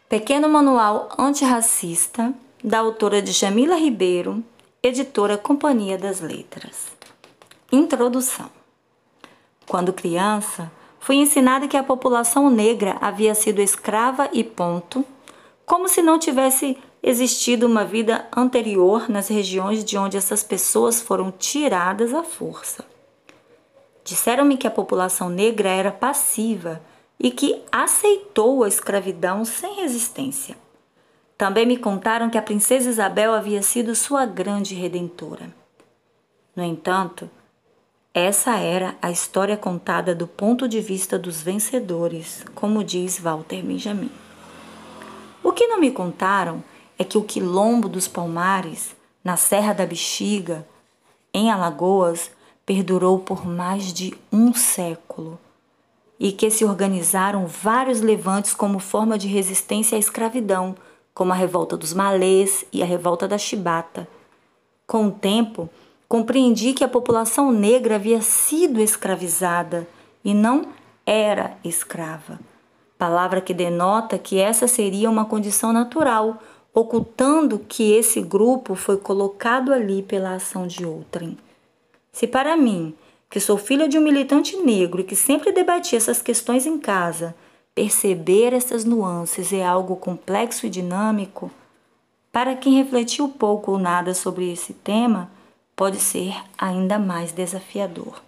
Pequeno Manual Antirracista, da autora Djamila Ribeiro, editora Companhia das Letras. Introdução. Quando criança, fui ensinada que a população negra havia sido escrava e ponto, como se não tivesse existido uma vida anterior nas regiões de onde essas pessoas foram tiradas à força. Disseram-me que a população negra era passiva e que aceitou a escravidão sem resistência. Também me contaram que a princesa Isabel havia sido sua grande redentora. No entanto, essa era a história contada do ponto de vista dos vencedores, como diz Walter Benjamin. O que não me contaram é que o Quilombo dos Palmares, na Serra da Bexiga, em Alagoas, perdurou por mais de um século e que se organizaram vários levantes como forma de resistência à escravidão, como a Revolta dos Malês e a Revolta da Chibata. Com o tempo, compreendi que a população negra havia sido escravizada e não era escrava, palavra que denota que essa seria uma condição natural, ocultando que esse grupo foi colocado ali pela ação de outrem. Se para mim, que sou filha de um militante negro e que sempre debati essas questões em casa, perceber essas nuances é algo complexo e dinâmico, para quem refletiu pouco ou nada sobre esse tema, pode ser ainda mais desafiador.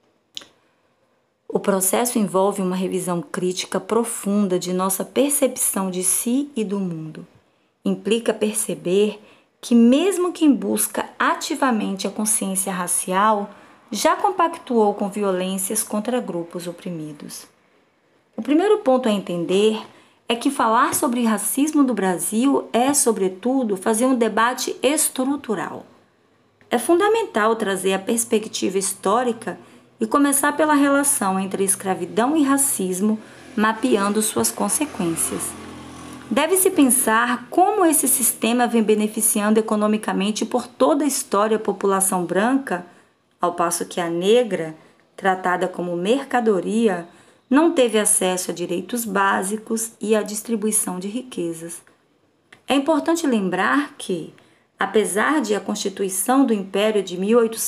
O processo envolve uma revisão crítica profunda de nossa percepção de si e do mundo. Implica perceber que mesmo quem busca ativamente a consciência racial já compactuou com violências contra grupos oprimidos. O primeiro ponto a entender é que falar sobre racismo no Brasil é, sobretudo, fazer um debate estrutural. É fundamental trazer a perspectiva histórica e começar pela relação entre escravidão e racismo, mapeando suas consequências. Deve-se pensar como esse sistema vem beneficiando economicamente por toda a história a população branca, ao passo que a negra, tratada como mercadoria, não teve acesso a direitos básicos e à distribuição de riquezas. É importante lembrar que, apesar de a Constituição do Império de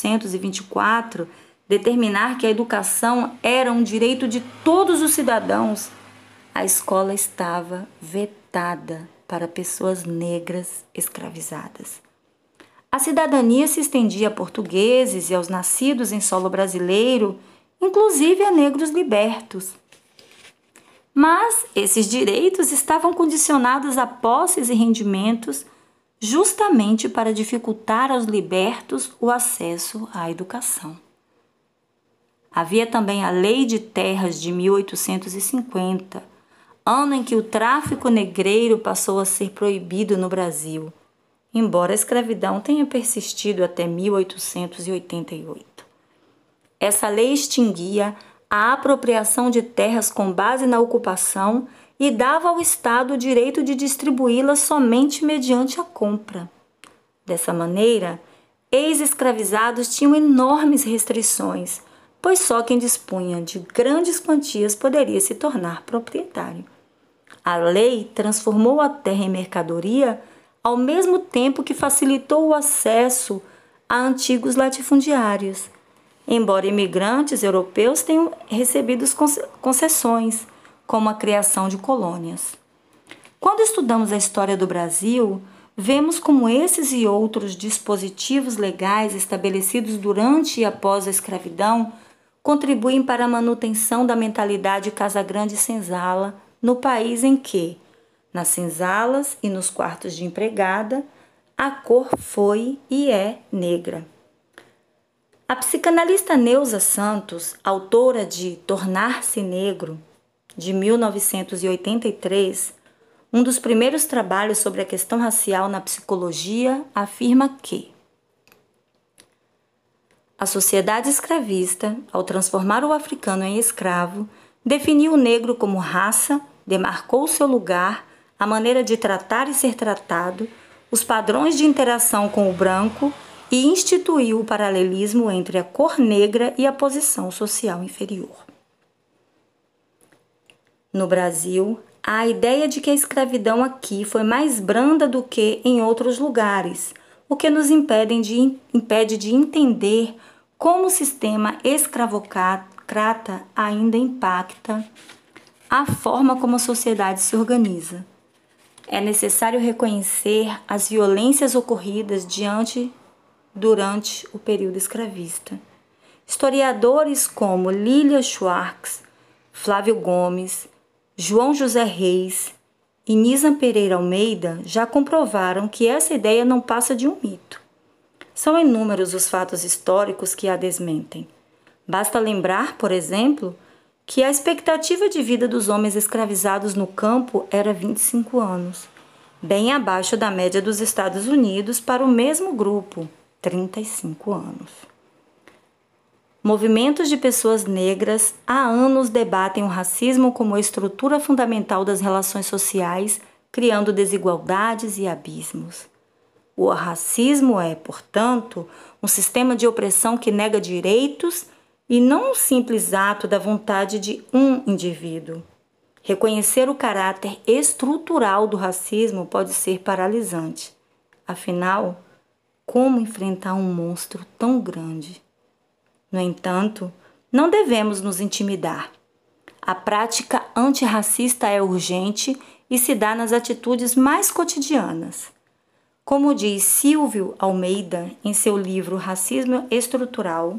1824 determinar que a educação era um direito de todos os cidadãos, a escola estava vetada para pessoas negras escravizadas. A cidadania se estendia a portugueses e aos nascidos em solo brasileiro, inclusive a negros libertos. Mas esses direitos estavam condicionados a posses e rendimentos justamente para dificultar aos libertos o acesso à educação. Havia também a Lei de Terras de 1850, ano em que o tráfico negreiro passou a ser proibido no Brasil, embora a escravidão tenha persistido até 1888. Essa lei extinguia a apropriação de terras com base na ocupação e dava ao Estado o direito de distribuí-las somente mediante a compra. Dessa maneira, ex-escravizados tinham enormes restrições, pois só quem dispunha de grandes quantias poderia se tornar proprietário. A lei transformou a terra em mercadoria ao mesmo tempo que facilitou o acesso a antigos latifundiários, embora imigrantes europeus tenham recebido concessões, como a criação de colônias. Quando estudamos a história do Brasil, vemos como esses e outros dispositivos legais estabelecidos durante e após a escravidão contribuem para a manutenção da mentalidade Casagrande-Senzala no país em que, nas senzalas e nos quartos de empregada, a cor foi e é negra. A psicanalista Neuza Santos, autora de Tornar-se Negro, de 1983, um dos primeiros trabalhos sobre a questão racial na psicologia, afirma que a sociedade escravista, ao transformar o africano em escravo, definiu o negro como raça, demarcou seu lugar, a maneira de tratar e ser tratado, os padrões de interação com o branco e instituiu o paralelismo entre a cor negra e a posição social inferior. No Brasil, a ideia de que a escravidão aqui foi mais branda do que em outros lugares, o que nos impede de entender como o sistema escravocrata ainda impacta a forma como a sociedade se organiza. É necessário reconhecer as violências ocorridas durante o período escravista. Historiadores como Lilia Schwartz, Flávio Gomes, João José Reis e Nizam Pereira Almeida já comprovaram que essa ideia não passa de um mito. São inúmeros os fatos históricos que a desmentem. Basta lembrar, por exemplo, que a expectativa de vida dos homens escravizados no campo era 25 anos, bem abaixo da média dos Estados Unidos para o mesmo grupo, 35 anos. Movimentos de pessoas negras há anos debatem o racismo como estrutura fundamental das relações sociais, criando desigualdades e abismos. O racismo é, portanto, um sistema de opressão que nega direitos e não um simples ato da vontade de um indivíduo. Reconhecer o caráter estrutural do racismo pode ser paralisante. Afinal, como enfrentar um monstro tão grande? No entanto, não devemos nos intimidar. A prática antirracista é urgente e se dá nas atitudes mais cotidianas. Como diz Silvio Almeida em seu livro Racismo Estrutural,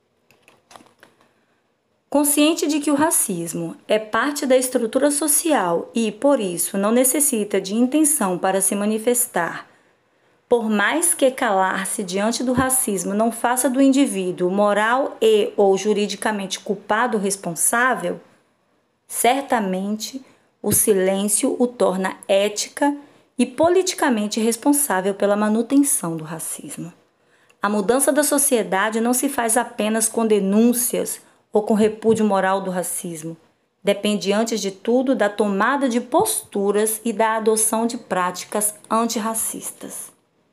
consciente de que o racismo é parte da estrutura social e, por isso, não necessita de intenção para se manifestar, por mais que calar-se diante do racismo não faça do indivíduo moral e ou juridicamente culpado ou responsável, certamente o silêncio o torna ética e politicamente responsável pela manutenção do racismo. A mudança da sociedade não se faz apenas com denúncias ou com repúdio moral do racismo. Depende, antes de tudo, da tomada de posturas e da adoção de práticas antirracistas.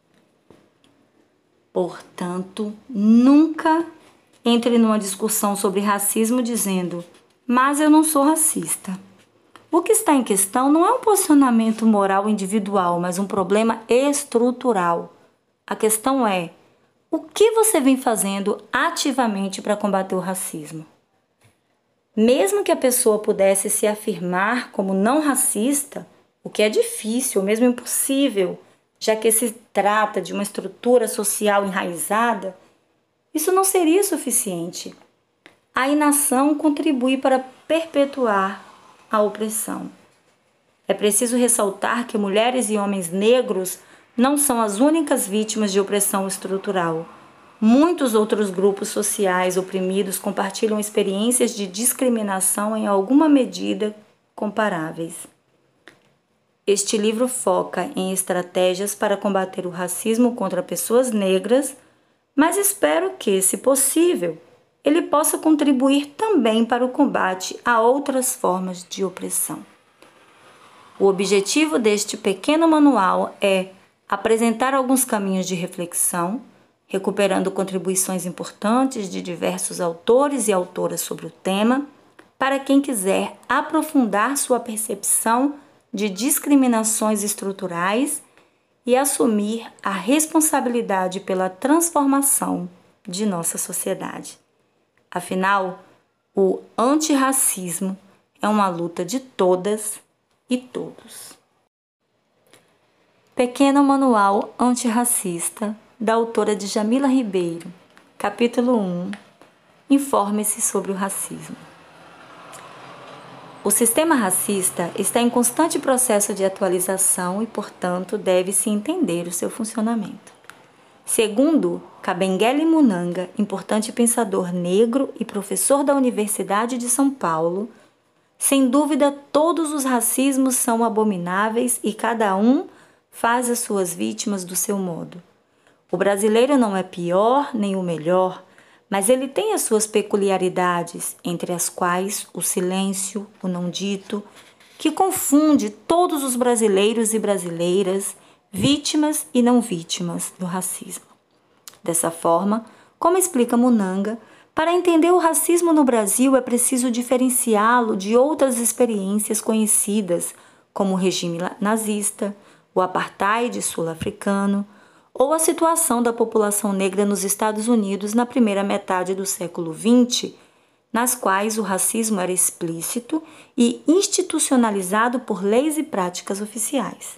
Portanto, nunca entre numa discussão sobre racismo dizendo: mas eu não sou racista. O que está em questão não é um posicionamento moral individual, mas um problema estrutural. A questão é: o que você vem fazendo ativamente para combater o racismo? Mesmo que a pessoa pudesse se afirmar como não racista, o que é difícil, ou mesmo impossível, já que se trata de uma estrutura social enraizada, isso não seria suficiente. A inação contribui para perpetuar a opressão. É preciso ressaltar que mulheres e homens negros não são as únicas vítimas de opressão estrutural. Muitos outros grupos sociais oprimidos compartilham experiências de discriminação em alguma medida comparáveis. Este livro foca em estratégias para combater o racismo contra pessoas negras, mas espero que, se possível, ele possa contribuir também para o combate a outras formas de opressão. O objetivo deste pequeno manual é apresentar alguns caminhos de reflexão, recuperando contribuições importantes de diversos autores e autoras sobre o tema, para quem quiser aprofundar sua percepção de discriminações estruturais e assumir a responsabilidade pela transformação de nossa sociedade. Afinal, o antirracismo é uma luta de todas e todos. Pequeno Manual Antirracista, da autora Djamila Ribeiro, capítulo 1. Informe-se sobre o racismo. O sistema racista está em constante processo de atualização e, portanto, deve-se entender o seu funcionamento. Segundo Kabengele Munanga, importante pensador negro e professor da Universidade de São Paulo, sem dúvida todos os racismos são abomináveis e cada um faz as suas vítimas do seu modo. O brasileiro não é pior nem o melhor, mas ele tem as suas peculiaridades, entre as quais o silêncio, o não dito, que confunde todos os brasileiros e brasileiras, vítimas e não vítimas do racismo. Dessa forma, como explica Munanga, Para entender o racismo no Brasil, é preciso diferenciá-lo de outras experiências conhecidas, como o regime nazista, o apartheid sul-africano ou a situação da população negra nos Estados Unidos na primeira metade do século XX, nas quais o racismo era explícito e institucionalizado por leis e práticas oficiais.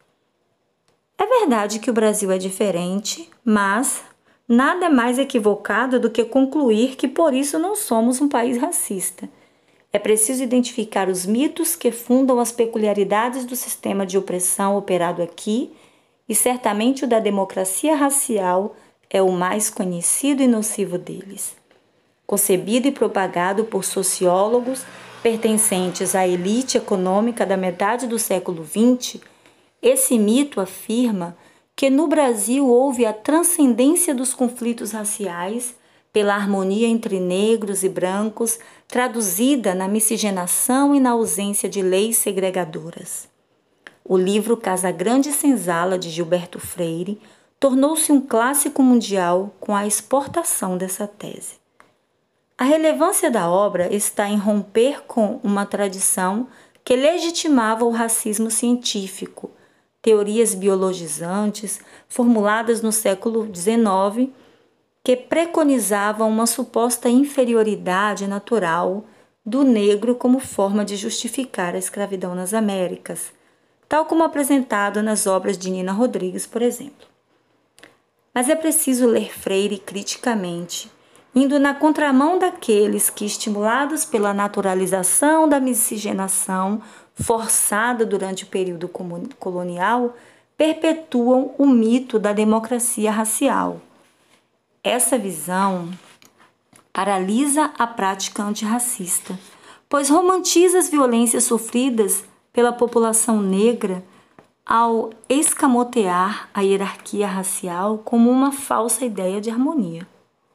É verdade que o Brasil é diferente, mas nada é mais equivocado do que concluir que por isso não somos um país racista. É preciso identificar os mitos que fundam as peculiaridades do sistema de opressão operado aqui, e certamente o da democracia racial é o mais conhecido e nocivo deles. Concebido e propagado por sociólogos pertencentes à elite econômica da metade do século XX, esse mito afirma que no Brasil houve a transcendência dos conflitos raciais pela harmonia entre negros e brancos, traduzida na miscigenação e na ausência de leis segregadoras. O livro Casa Grande e Senzala, de Gilberto Freire, tornou-se um clássico mundial com a exportação dessa tese. A relevância da obra está em romper com uma tradição que legitimava o racismo científico, teorias biologizantes formuladas no século XIX que preconizavam uma suposta inferioridade natural do negro como forma de justificar a escravidão nas Américas, tal como apresentado nas obras de Nina Rodrigues, por exemplo. Mas é preciso ler Freire criticamente, indo na contramão daqueles que, estimulados pela naturalização da miscigenação forçada durante o período colonial, perpetuam o mito da democracia racial. Essa visão paralisa a prática antirracista, pois romantiza as violências sofridas pela população negra ao escamotear a hierarquia racial como uma falsa ideia de harmonia.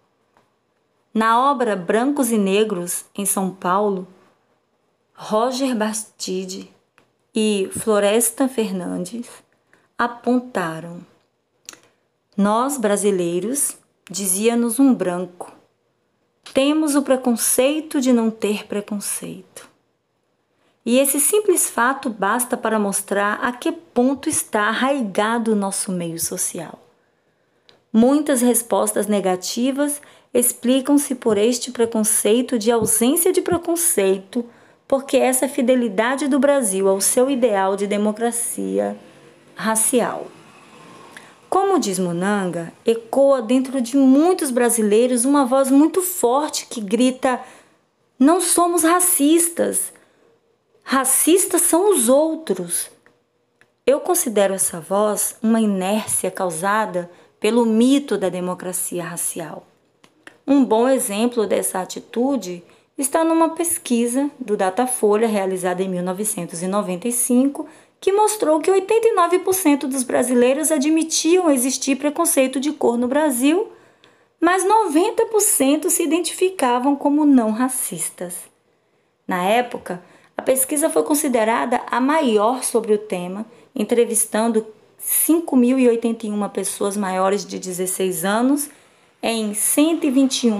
Na obra Brancos e Negros, em São Paulo, Roger Bastide e Florestan Fernandes apontaram: nós, brasileiros, dizia-nos um branco, temos o preconceito de não ter preconceito. E esse simples fato basta para mostrar a que ponto está arraigado o nosso meio social. Muitas respostas negativas explicam-se por este preconceito de ausência de preconceito, porque essa fidelidade do Brasil ao seu ideal de democracia racial. Como diz Munanga, ecoa dentro de muitos brasileiros uma voz muito forte que grita: não somos racistas, racistas são os outros. Eu considero essa voz uma inércia causada pelo mito da democracia racial. Um bom exemplo dessa atitude está numa pesquisa do Datafolha realizada em 1995, que mostrou que 89% dos brasileiros admitiam existir preconceito de cor no Brasil, mas 90% se identificavam como não racistas. Na época, a pesquisa foi considerada a maior sobre o tema, entrevistando 5.081 pessoas maiores de 16 anos em 121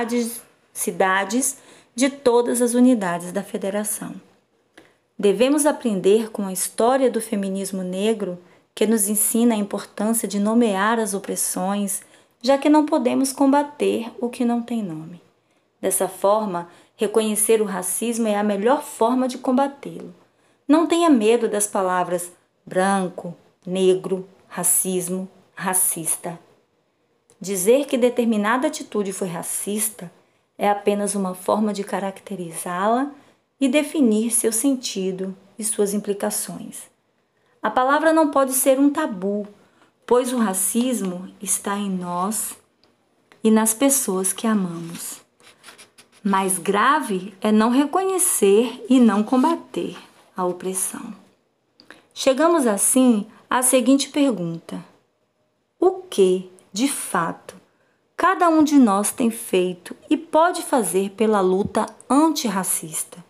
cidades de todas as unidades da federação. Devemos aprender com a história do feminismo negro, que nos ensina a importância de nomear as opressões, já que não podemos combater o que não tem nome. Dessa forma, reconhecer o racismo é a melhor forma de combatê-lo. Não tenha medo das palavras branco, negro, racismo, racista. Dizer que determinada atitude foi racista é apenas uma forma de caracterizá-la e definir seu sentido e suas implicações. A palavra não pode ser um tabu, pois o racismo está em nós e nas pessoas que amamos. Mais grave é não reconhecer e não combater a opressão. Chegamos assim à seguinte pergunta: o que, de fato, cada um de nós tem feito e pode fazer pela luta antirracista?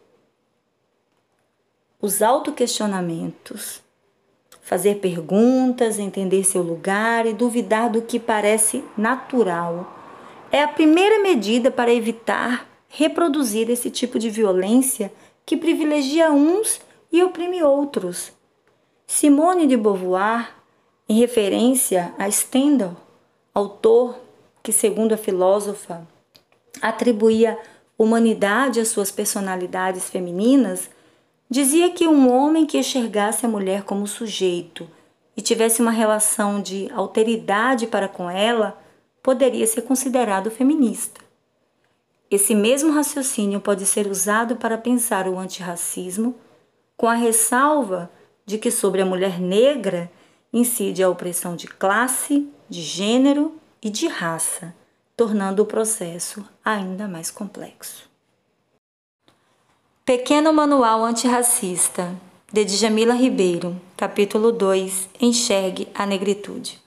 Os autoquestionamentos, fazer perguntas, entender seu lugar e duvidar do que parece natural é a primeira medida para evitar reproduzir esse tipo de violência que privilegia uns e oprime outros. Simone de Beauvoir, em referência a Stendhal, autor que, segundo a filósofa, atribuía humanidade às suas personalidades femininas, dizia que um homem que enxergasse a mulher como sujeito e tivesse uma relação de alteridade para com ela, poderia ser considerado feminista. Esse mesmo raciocínio pode ser usado para pensar o antirracismo, com a ressalva de que sobre a mulher negra incide a opressão de classe, de gênero e de raça, tornando o processo ainda mais complexo. Pequeno Manual Antirracista, de Djamila Ribeiro, capítulo 2, Enxergue a Negritude.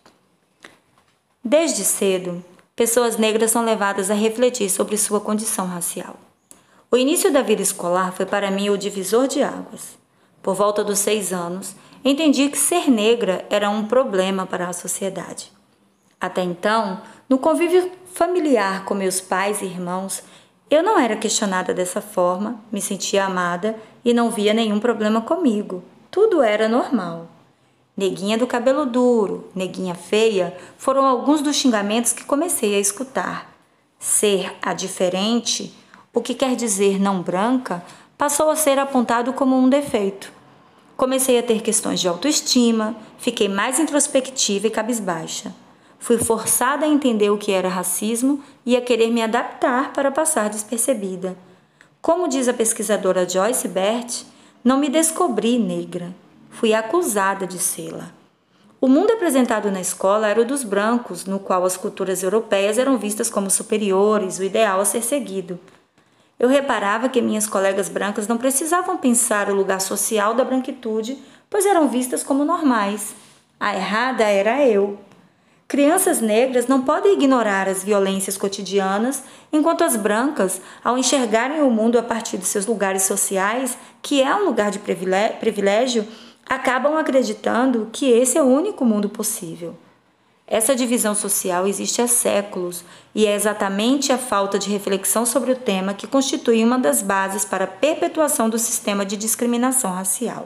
Desde cedo, pessoas negras são levadas a refletir sobre sua condição racial. O início da vida escolar foi para mim o divisor de águas. Por volta dos 6 anos, entendi que ser negra era um problema para a sociedade. Até então, no convívio familiar com meus pais e irmãos, eu não era questionada dessa forma, me sentia amada e não via nenhum problema comigo. Tudo era normal. Neguinha do cabelo duro, neguinha feia, foram alguns dos xingamentos que comecei a escutar. Ser a diferente, o que quer dizer não branca, passou a ser apontado como um defeito. Comecei a ter questões de autoestima, fiquei mais introspectiva e cabisbaixa. Fui forçada a entender o que era racismo e a querer me adaptar para passar despercebida. Como diz a pesquisadora Joyce Bert, não me descobri negra, fui acusada de sê-la. O mundo apresentado na escola era o dos brancos, no qual as culturas europeias eram vistas como superiores, o ideal a ser seguido. Eu reparava que minhas colegas brancas não precisavam pensar o lugar social da branquitude, pois eram vistas como normais. A errada era eu. Crianças negras não podem ignorar as violências cotidianas, enquanto as brancas, ao enxergarem o mundo a partir de seus lugares sociais, que é um lugar de privilégio, acabam acreditando que esse é o único mundo possível. Essa divisão social existe há séculos e é exatamente a falta de reflexão sobre o tema que constitui uma das bases para a perpetuação do sistema de discriminação racial.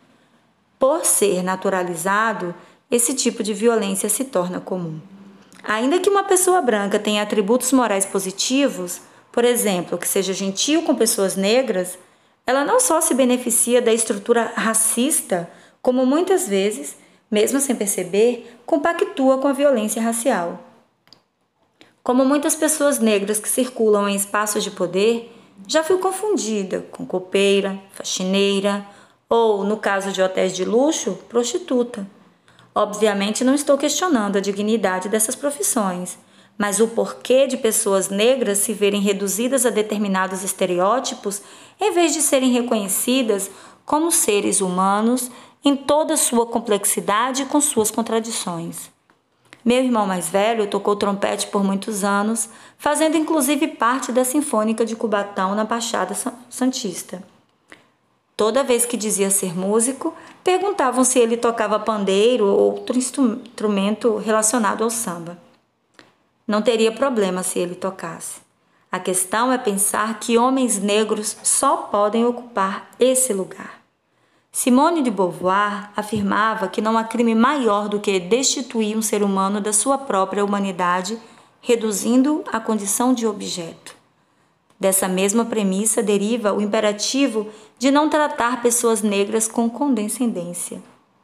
Por ser naturalizado, esse tipo de violência se torna comum. Ainda que uma pessoa branca tenha atributos morais positivos, por exemplo, que seja gentil com pessoas negras, ela não só se beneficia da estrutura racista, como muitas vezes, mesmo sem perceber, compactua com a violência racial. Como muitas pessoas negras que circulam em espaços de poder, já fui confundida com copeira, faxineira ou, no caso de hotéis de luxo, prostituta. Obviamente não estou questionando a dignidade dessas profissões, mas o porquê de pessoas negras se verem reduzidas a determinados estereótipos em vez de serem reconhecidas como seres humanos em toda sua complexidade e com suas contradições. Meu irmão mais velho tocou trompete por muitos anos, fazendo inclusive parte da Sinfônica de Cubatão na Baixada Santista. Toda vez que dizia ser músico, perguntavam se ele tocava pandeiro ou outro instrumento relacionado ao samba. Não teria problema se ele tocasse. A questão é pensar que homens negros só podem ocupar esse lugar. Simone de Beauvoir afirmava que não há crime maior do que destituir um ser humano da sua própria humanidade, reduzindo-o à condição de objeto. Dessa mesma premissa deriva o imperativo de não tratar pessoas negras com condescendência.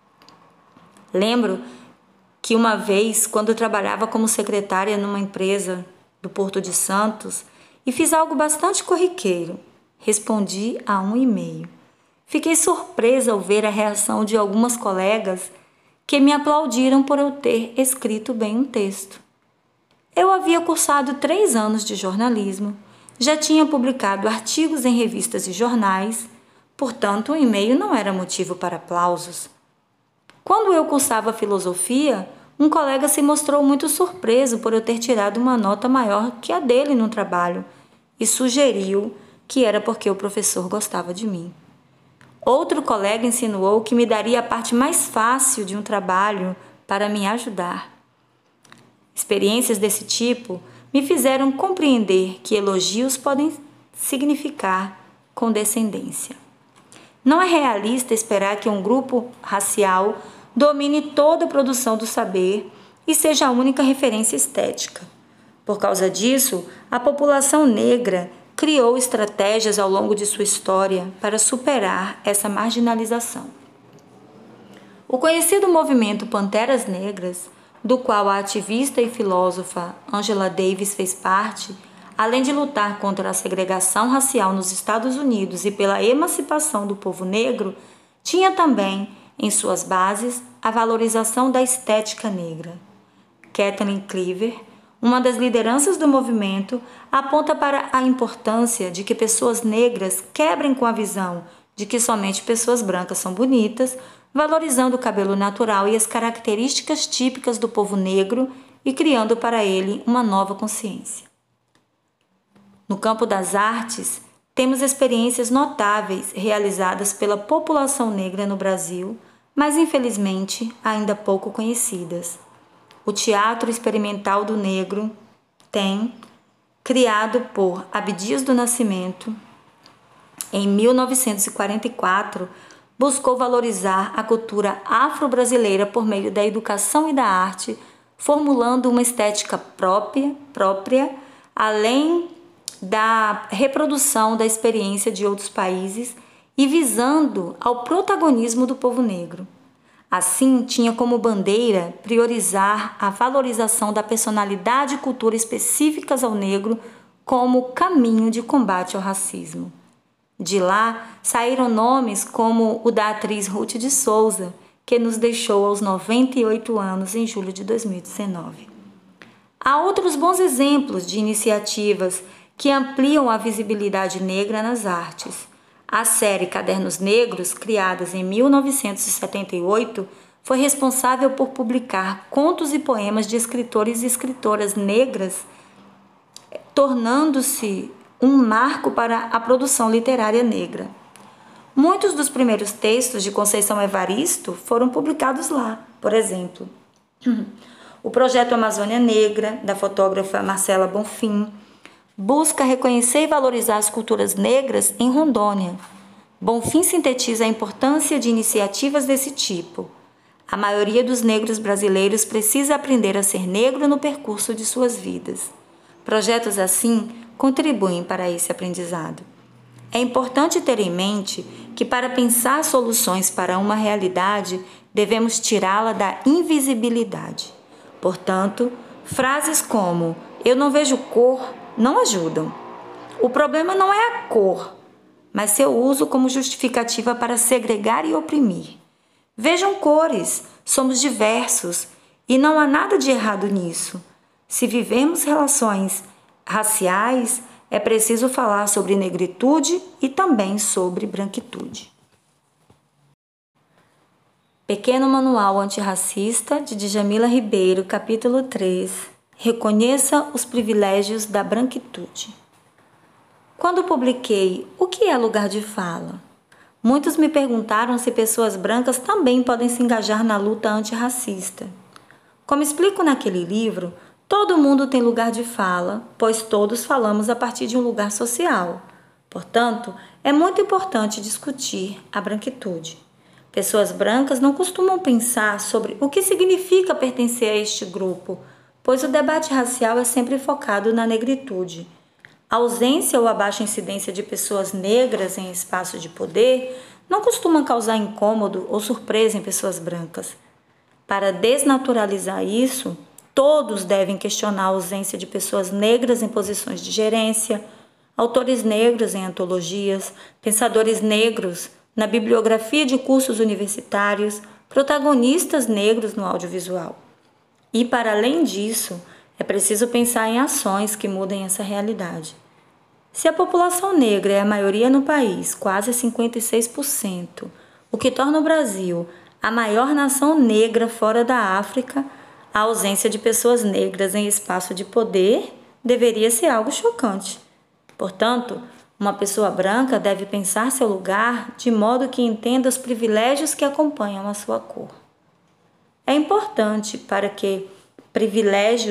Lembro que uma vez, quando eu trabalhava como secretária numa empresa do Porto de Santos e fiz algo bastante corriqueiro, respondi a um e-mail. Fiquei surpresa ao ver a reação de algumas colegas que me aplaudiram por eu ter escrito bem um texto. Eu havia cursado 3 anos de jornalismo, já tinha publicado artigos em revistas e jornais, portanto o e-mail não era motivo para aplausos. Quando eu cursava filosofia, um colega se mostrou muito surpreso por eu ter tirado uma nota maior que a dele no trabalho e sugeriu que era porque o professor gostava de mim. Outro colega insinuou que me daria a parte mais fácil de um trabalho para me ajudar. Experiências desse tipo me fizeram compreender que elogios podem significar condescendência. Não é realista esperar que um grupo racial domine toda a produção do saber e seja a única referência estética. Por causa disso, a população negra criou estratégias ao longo de sua história para superar essa marginalização. O conhecido movimento Panteras Negras, do qual a ativista e filósofa Angela Davis fez parte, além de lutar contra a segregação racial nos Estados Unidos e pela emancipação do povo negro, tinha também, em suas bases, a valorização da estética negra. Kathleen Cleaver, uma das lideranças do movimento, aponta para a importância de que pessoas negras quebrem com a visão de que somente pessoas brancas são bonitas, valorizando o cabelo natural e as características típicas do povo negro e criando para ele uma nova consciência. No campo das artes, temos experiências notáveis realizadas pela população negra no Brasil, mas infelizmente ainda pouco conhecidas. O Teatro Experimental do Negro tem, criado por Abdias do Nascimento, em 1944, buscou valorizar a cultura afro-brasileira por meio da educação e da arte, formulando uma estética própria, além da reprodução da experiência de outros países e visando ao protagonismo do povo negro. Assim, tinha como bandeira priorizar a valorização da personalidade e cultura específicas ao negro como caminho de combate ao racismo. De lá, saíram nomes como o da atriz Ruth de Souza, que nos deixou aos 98 anos em julho de 2019. Há outros bons exemplos de iniciativas que ampliam a visibilidade negra nas artes. A série Cadernos Negros, criada em 1978, foi responsável por publicar contos e poemas de escritores e escritoras negras, tornando-se um marco para a produção literária negra. Muitos dos primeiros textos de Conceição Evaristo foram publicados lá, por exemplo. O projeto Amazônia Negra, da fotógrafa Marcela Bonfim, busca reconhecer e valorizar as culturas negras em Rondônia. Bonfim sintetiza a importância de iniciativas desse tipo. A maioria dos negros brasileiros precisa aprender a ser negro no percurso de suas vidas. Projetos assim contribuem para esse aprendizado. É importante ter em mente que, para pensar soluções para uma realidade, devemos tirá-la da invisibilidade. Portanto, frases como "eu não vejo cor" não ajudam. O problema não é a cor, mas seu uso como justificativa para segregar e oprimir. Vejam cores, somos diversos e não há nada de errado nisso. Se vivemos relações raciais, é preciso falar sobre negritude e também sobre branquitude. Pequeno Manual Antirracista, de Djamila Ribeiro, capítulo 3. Reconheça os privilégios da branquitude. Quando publiquei O que é lugar de fala?, muitos me perguntaram se pessoas brancas também podem se engajar na luta antirracista. Como explico naquele livro, todo mundo tem lugar de fala, pois todos falamos a partir de um lugar social. Portanto, é muito importante discutir a branquitude. Pessoas brancas não costumam pensar sobre o que significa pertencer a este grupo, pois o debate racial é sempre focado na negritude. A ausência ou a baixa incidência de pessoas negras em espaços de poder não costuma causar incômodo ou surpresa em pessoas brancas. Para desnaturalizar isso, todos devem questionar a ausência de pessoas negras em posições de gerência, autores negros em antologias, pensadores negros na bibliografia de cursos universitários, protagonistas negros no audiovisual. E, para além disso, é preciso pensar em ações que mudem essa realidade. Se a população negra é a maioria no país, quase 56%, o que torna o Brasil a maior nação negra fora da África, a ausência de pessoas negras em espaço de poder deveria ser algo chocante. Portanto, uma pessoa branca deve pensar seu lugar de modo que entenda os privilégios que acompanham a sua cor. É importante para que privilégios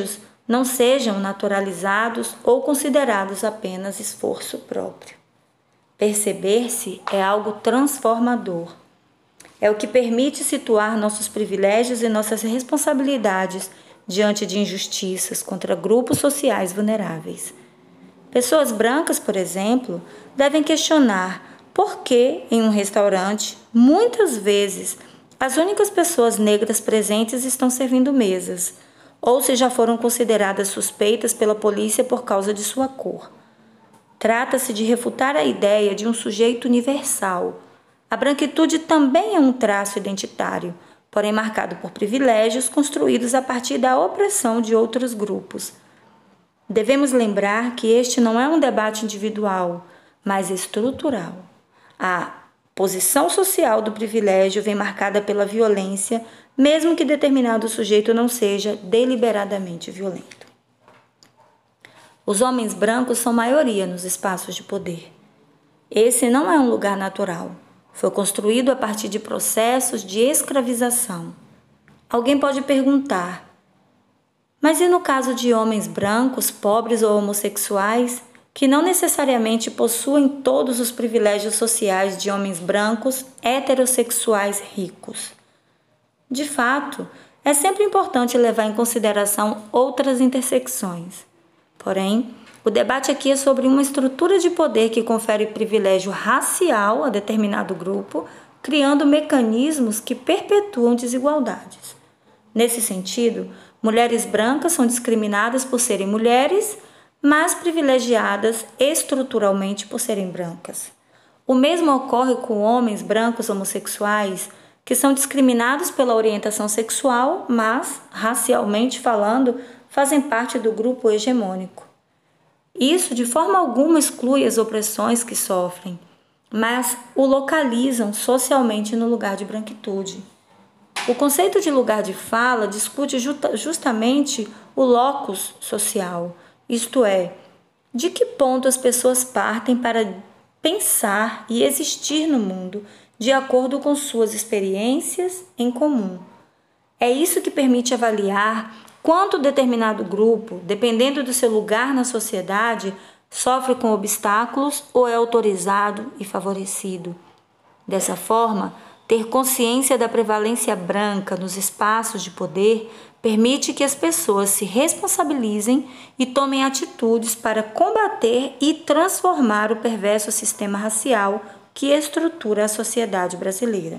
não sejam naturalizados ou considerados apenas esforço próprio. Perceber-se é algo transformador. É o que permite situar nossos privilégios e nossas responsabilidades diante de injustiças contra grupos sociais vulneráveis. Pessoas brancas, por exemplo, devem questionar por que, em um restaurante, muitas vezes, as únicas pessoas negras presentes estão servindo mesas, ou se já foram consideradas suspeitas pela polícia por causa de sua cor. Trata-se de refutar a ideia de um sujeito universal. A branquitude também é um traço identitário, porém marcado por privilégios construídos a partir da opressão de outros grupos. Devemos lembrar que este não é um debate individual, mas estrutural. A posição social do privilégio vem marcada pela violência, mesmo que determinado sujeito não seja deliberadamente violento. Os homens brancos são maioria nos espaços de poder. Esse não é um lugar natural. Foi construído a partir de processos de escravização. Alguém pode perguntar: mas e no caso de homens brancos, pobres ou homossexuais, que não necessariamente possuem todos os privilégios sociais de homens brancos heterossexuais ricos? De fato, é sempre importante levar em consideração outras intersecções. Porém, o debate aqui é sobre uma estrutura de poder que confere privilégio racial a determinado grupo, criando mecanismos que perpetuam desigualdades. Nesse sentido, mulheres brancas são discriminadas por serem mulheres, mas privilegiadas estruturalmente por serem brancas. O mesmo ocorre com homens brancos homossexuais, que são discriminados pela orientação sexual, mas, racialmente falando, fazem parte do grupo hegemônico. Isso de forma alguma exclui as opressões que sofrem, mas o localizam socialmente no lugar de branquitude. O conceito de lugar de fala discute justamente o locus social, isto é, de que ponto as pessoas partem para pensar e existir no mundo de acordo com suas experiências em comum. É isso que permite avaliar quanto determinado grupo, dependendo do seu lugar na sociedade, sofre com obstáculos ou é autorizado e favorecido. Dessa forma, ter consciência da prevalência branca nos espaços de poder permite que as pessoas se responsabilizem e tomem atitudes para combater e transformar o perverso sistema racial que estrutura a sociedade brasileira.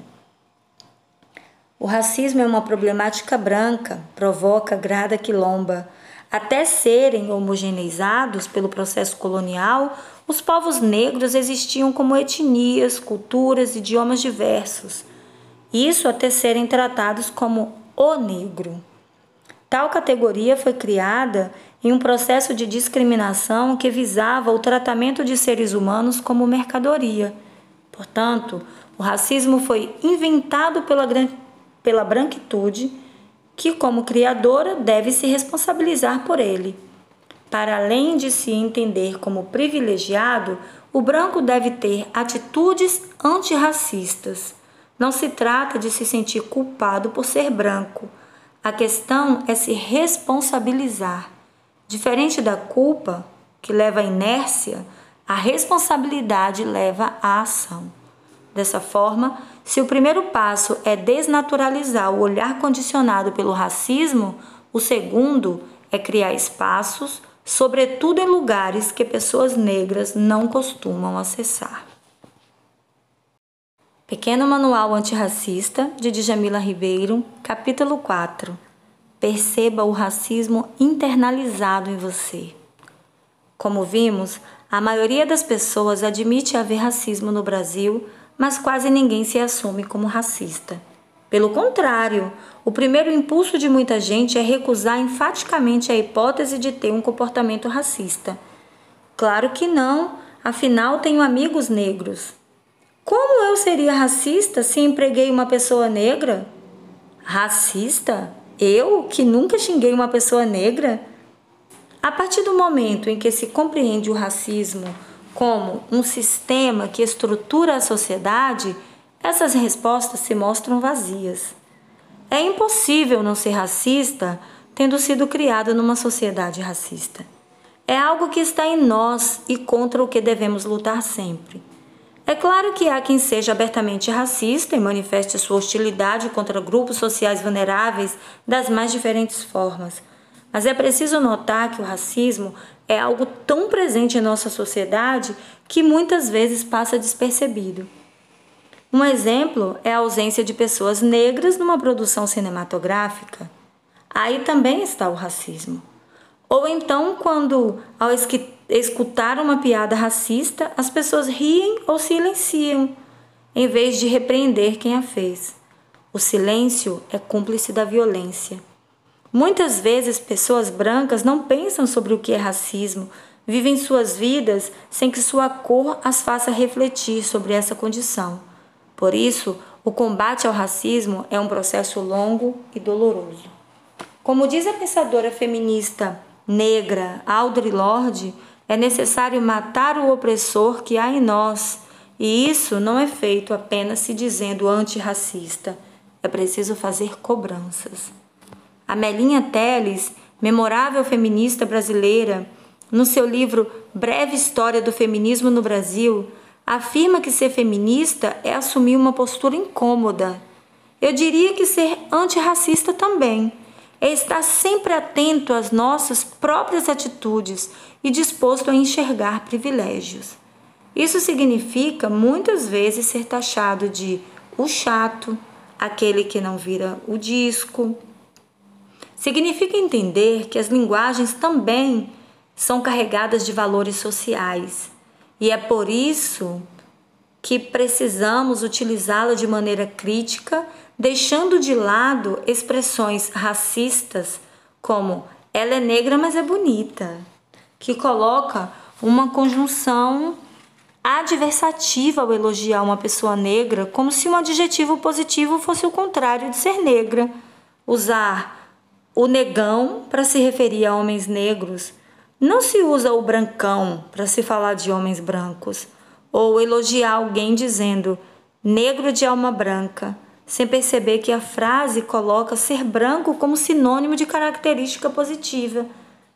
O racismo é uma problemática branca, provoca grada quilomba. Até serem homogeneizados pelo processo colonial, os povos negros existiam como etnias, culturas e idiomas diversos. Isso até serem tratados como o negro. Tal categoria foi criada em um processo de discriminação que visava o tratamento de seres humanos como mercadoria. Portanto, o racismo foi inventado pela branquitude, que, como criadora, deve se responsabilizar por ele. Para além de se entender como privilegiado, o branco deve ter atitudes antirracistas. Não se trata de se sentir culpado por ser branco. A questão é se responsabilizar. Diferente da culpa, que leva à inércia, a responsabilidade leva à ação. Dessa forma, se o primeiro passo é desnaturalizar o olhar condicionado pelo racismo, o segundo é criar espaços, sobretudo em lugares que pessoas negras não costumam acessar. Pequeno Manual Antirracista, de Djamila Ribeiro, capítulo 4. Perceba o racismo internalizado em você. Como vimos, a maioria das pessoas admite haver racismo no Brasil, mas quase ninguém se assume como racista. Pelo contrário, o primeiro impulso de muita gente é recusar enfaticamente a hipótese de ter um comportamento racista. Claro que não, afinal tenho amigos negros. Como eu seria racista se empreguei uma pessoa negra? Racista? Eu, que nunca xinguei uma pessoa negra? A partir do momento em que se compreende o racismo como um sistema que estrutura a sociedade, essas respostas se mostram vazias. É impossível não ser racista tendo sido criado numa sociedade racista. É algo que está em nós e contra o que devemos lutar sempre. É claro que há quem seja abertamente racista e manifeste sua hostilidade contra grupos sociais vulneráveis das mais diferentes formas. Mas é preciso notar que o racismo é algo tão presente em nossa sociedade que muitas vezes passa despercebido. Um exemplo é a ausência de pessoas negras numa produção cinematográfica. Aí também está o racismo. Ou então, quando, ao escutar uma piada racista, as pessoas riem ou silenciam, em vez de repreender quem a fez. O silêncio é cúmplice da violência. Muitas vezes, pessoas brancas não pensam sobre o que é racismo, vivem suas vidas sem que sua cor as faça refletir sobre essa condição. Por isso, o combate ao racismo é um processo longo e doloroso. Como diz a pensadora feminista negra Audre Lorde, é necessário matar o opressor que há em nós, e isso não é feito apenas se dizendo antirracista, é preciso fazer cobranças. Amelinha Telles, memorável feminista brasileira, no seu livro Breve História do Feminismo no Brasil, afirma que ser feminista é assumir uma postura incômoda. Eu diria que ser antirracista também é estar sempre atento às nossas próprias atitudes e disposto a enxergar privilégios. Isso significa, muitas vezes, ser taxado de o chato, aquele que não vira o disco. Significa entender que as linguagens também são carregadas de valores sociais e é por isso que precisamos utilizá-la de maneira crítica, deixando de lado expressões racistas como ela é negra, mas é bonita, que coloca uma conjunção adversativa ao elogiar uma pessoa negra, como se um adjetivo positivo fosse o contrário de ser negra. Usar o negão para se referir a homens negros. Não se usa o brancão para se falar de homens brancos. Ou elogiar alguém dizendo negro de alma branca, sem perceber que a frase coloca ser branco como sinônimo de característica positiva.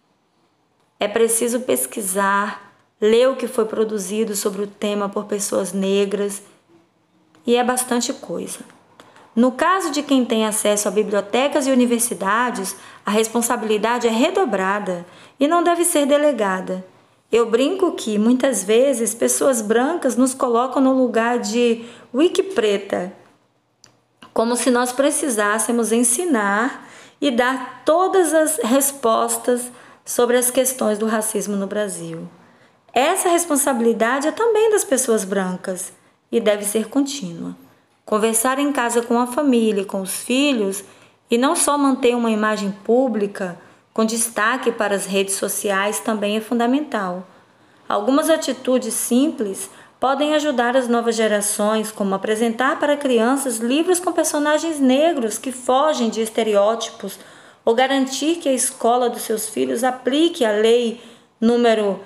É preciso pesquisar, ler o que foi produzido sobre o tema por pessoas negras, e é bastante coisa. No caso de quem tem acesso a bibliotecas e universidades, a responsabilidade é redobrada e não deve ser delegada. Eu brinco que, muitas vezes, pessoas brancas nos colocam no lugar de Wikipreta, como se nós precisássemos ensinar e dar todas as respostas sobre as questões do racismo no Brasil. Essa responsabilidade é também das pessoas brancas e deve ser contínua. Conversar em casa com a família e com os filhos e não só manter uma imagem pública com destaque para as redes sociais também é fundamental. Algumas atitudes simples podem ajudar as novas gerações, como apresentar para crianças livros com personagens negros que fogem de estereótipos ou garantir que a escola dos seus filhos aplique a lei número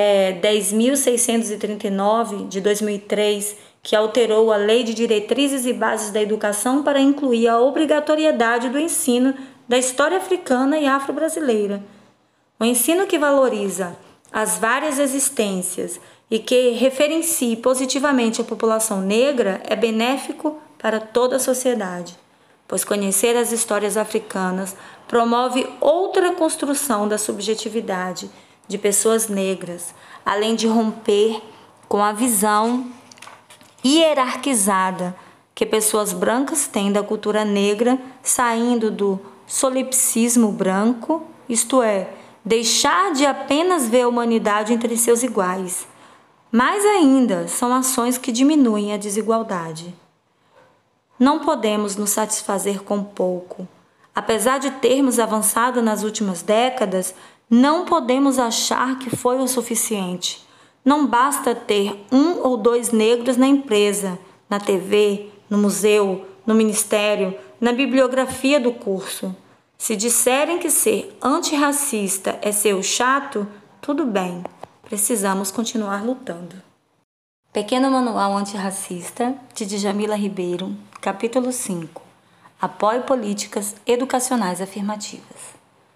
10.639 de 2003, que alterou a Lei de Diretrizes e Bases da Educação para incluir a obrigatoriedade do ensino da história africana e afro-brasileira. O ensino que valoriza as várias existências e que referencie positivamente a população negra é benéfico para toda a sociedade, pois conhecer as histórias africanas promove outra construção da subjetividade de pessoas negras, além de romper com a visão hierarquizada que pessoas brancas têm da cultura negra, saindo do solipsismo branco, isto é, deixar de apenas ver a humanidade entre seus iguais. Mais ainda, são ações que diminuem a desigualdade. Não podemos nos satisfazer com pouco. Apesar de termos avançado nas últimas décadas, não podemos achar que foi o suficiente. Não basta ter 1 ou 2 negros na empresa, na TV, no museu, no ministério, na bibliografia do curso. Se disserem que ser antirracista é ser o chato, tudo bem, precisamos continuar lutando. Pequeno Manual Antirracista, de Djamila Ribeiro, capítulo 5. Apoie políticas educacionais afirmativas.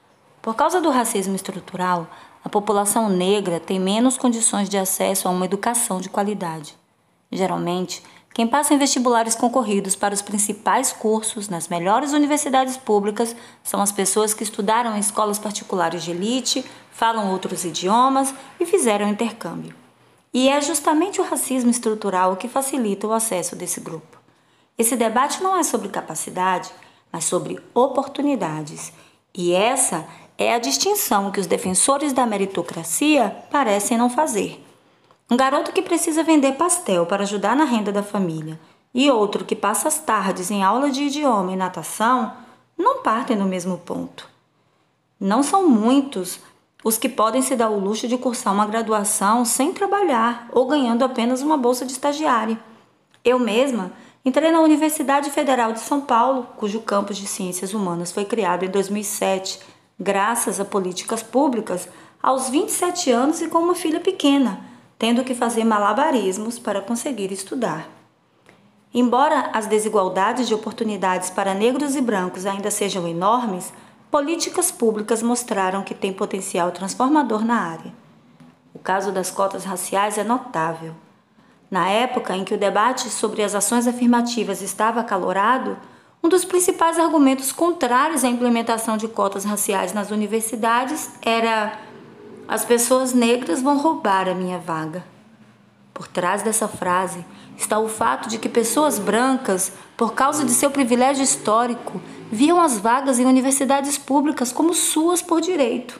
Por causa do racismo estrutural, a população negra tem menos condições de acesso a uma educação de qualidade. Geralmente, quem passa em vestibulares concorridos para os principais cursos nas melhores universidades públicas são as pessoas que estudaram em escolas particulares de elite, falam outros idiomas e fizeram intercâmbio. E é justamente o racismo estrutural que facilita o acesso desse grupo. Esse debate não é sobre capacidade, mas sobre oportunidades. E essa é a distinção que os defensores da meritocracia parecem não fazer. Um garoto que precisa vender pastel para ajudar na renda da família e outro que passa as tardes em aula de idioma e natação não partem do mesmo ponto. Não são muitos os que podem se dar o luxo de cursar uma graduação sem trabalhar ou ganhando apenas uma bolsa de estagiário. Eu mesma entrei na Universidade Federal de São Paulo, cujo campus de Ciências Humanas foi criado em 2007, graças a políticas públicas, aos 27 anos e com uma filha pequena, tendo que fazer malabarismos para conseguir estudar. Embora as desigualdades de oportunidades para negros e brancos ainda sejam enormes, políticas públicas mostraram que tem potencial transformador na área. O caso das cotas raciais é notável. Na época em que o debate sobre as ações afirmativas estava acalorado, um dos principais argumentos contrários à implementação de cotas raciais nas universidades era: as pessoas negras vão roubar a minha vaga. Por trás dessa frase está o fato de que pessoas brancas, por causa de seu privilégio histórico, viam as vagas em universidades públicas como suas por direito.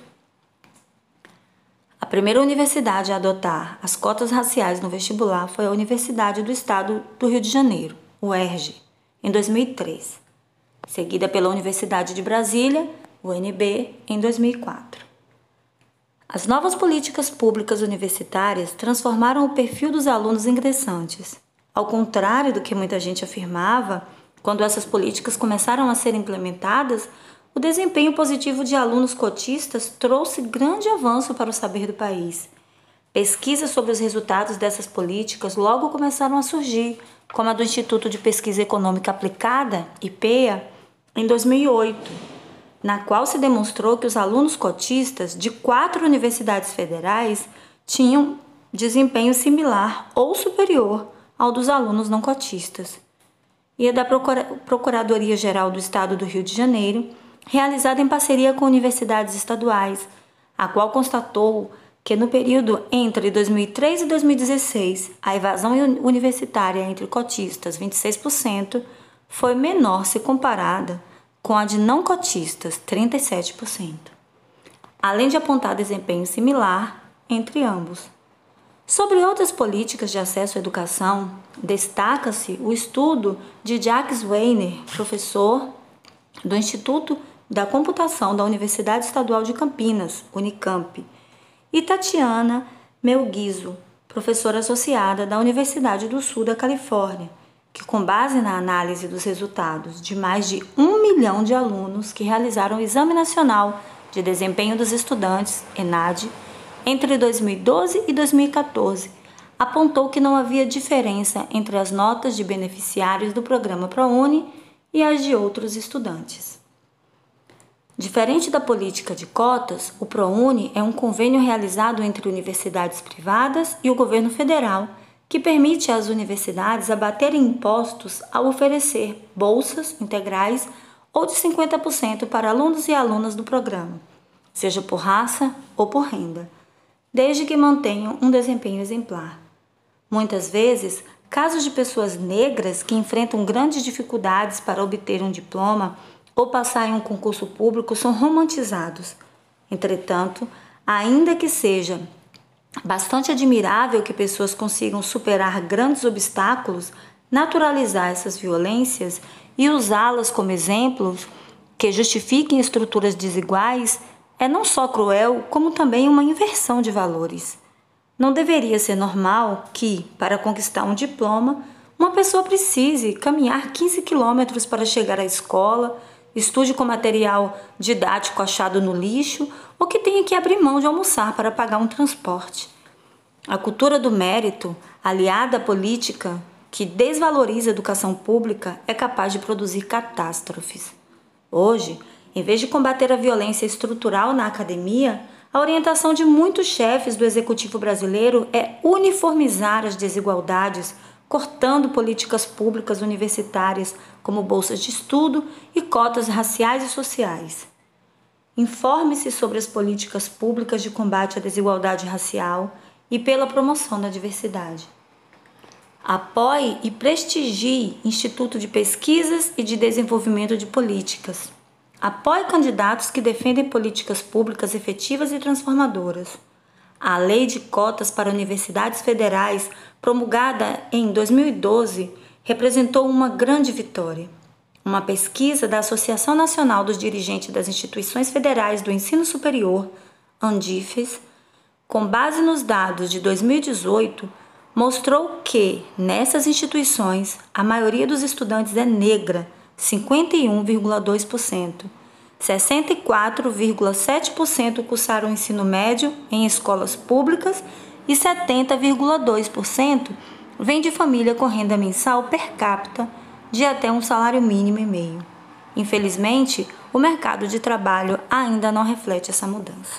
A primeira universidade a adotar as cotas raciais no vestibular foi a Universidade do Estado do Rio de Janeiro, UERJ, em 2003, seguida pela Universidade de Brasília, UNB, em 2004. As novas políticas públicas universitárias transformaram o perfil dos alunos ingressantes. Ao contrário do que muita gente afirmava, quando essas políticas começaram a ser implementadas, o desempenho positivo de alunos cotistas trouxe grande avanço para o saber do país. Pesquisas sobre os resultados dessas políticas logo começaram a surgir, como a do Instituto de Pesquisa Econômica Aplicada, IPEA, em 2008. Na qual se demonstrou que os alunos cotistas de 4 universidades federais tinham desempenho similar ou superior ao dos alunos não cotistas. E a da Procuradoria-Geral do Estado do Rio de Janeiro, realizada em parceria com universidades estaduais, a qual constatou que no período entre 2003 e 2016, a evasão universitária entre cotistas, 26%, foi menor se comparada com a de não cotistas, 37%, além de apontar desempenho similar entre ambos. Sobre outras políticas de acesso à educação, destaca-se o estudo de Jacques Wagner, professor do Instituto da Computação da Universidade Estadual de Campinas, Unicamp, e Tatiana Melguizo, professora associada da Universidade do Sul da Califórnia, que, com base na análise dos resultados de mais de 1 milhão de alunos que realizaram o Exame Nacional de Desempenho dos Estudantes, ENAD, entre 2012 e 2014, apontou que não havia diferença entre as notas de beneficiários do programa ProUni e as de outros estudantes. Diferente da política de cotas, o ProUni é um convênio realizado entre universidades privadas e o governo federal, que permite às universidades abaterem impostos ao oferecer bolsas integrais ou de 50% para alunos e alunas do programa, seja por raça ou por renda, desde que mantenham um desempenho exemplar. Muitas vezes, casos de pessoas negras que enfrentam grandes dificuldades para obter um diploma ou passar em um concurso público são romantizados. Entretanto, ainda que seja bastante admirável que pessoas consigam superar grandes obstáculos, naturalizar essas violências e usá-las como exemplos que justifiquem estruturas desiguais é não só cruel, como também uma inversão de valores. Não deveria ser normal que, para conquistar um diploma, uma pessoa precise caminhar 15 quilômetros para chegar à escola, estude com material didático achado no lixo ou que tenha que abrir mão de almoçar para pagar um transporte. A cultura do mérito, aliada à política que desvaloriza a educação pública, é capaz de produzir catástrofes. Hoje, Em vez de combater a violência estrutural na academia, a orientação de muitos chefes do executivo brasileiro é uniformizar as desigualdades, cortando políticas públicas universitárias como bolsas de estudo e cotas raciais e sociais. Informe-se sobre as políticas públicas de combate à desigualdade racial e pela promoção da diversidade. Apoie e prestigie Instituto de Pesquisas e de Desenvolvimento de Políticas. Apoie candidatos que defendem políticas públicas efetivas e transformadoras. A Lei de Cotas para Universidades Federais, promulgada em 2012, representou uma grande vitória. Uma pesquisa da Associação Nacional dos Dirigentes das Instituições Federais do Ensino Superior, ANDIFES, com base nos dados de 2018, mostrou que, nessas instituições, a maioria dos estudantes é negra, 51,2%. 64,7% cursaram o ensino médio em escolas públicas e 70,2% vem de família com renda mensal per capita de até um salário mínimo e meio. Infelizmente, o mercado de trabalho ainda não reflete essa mudança.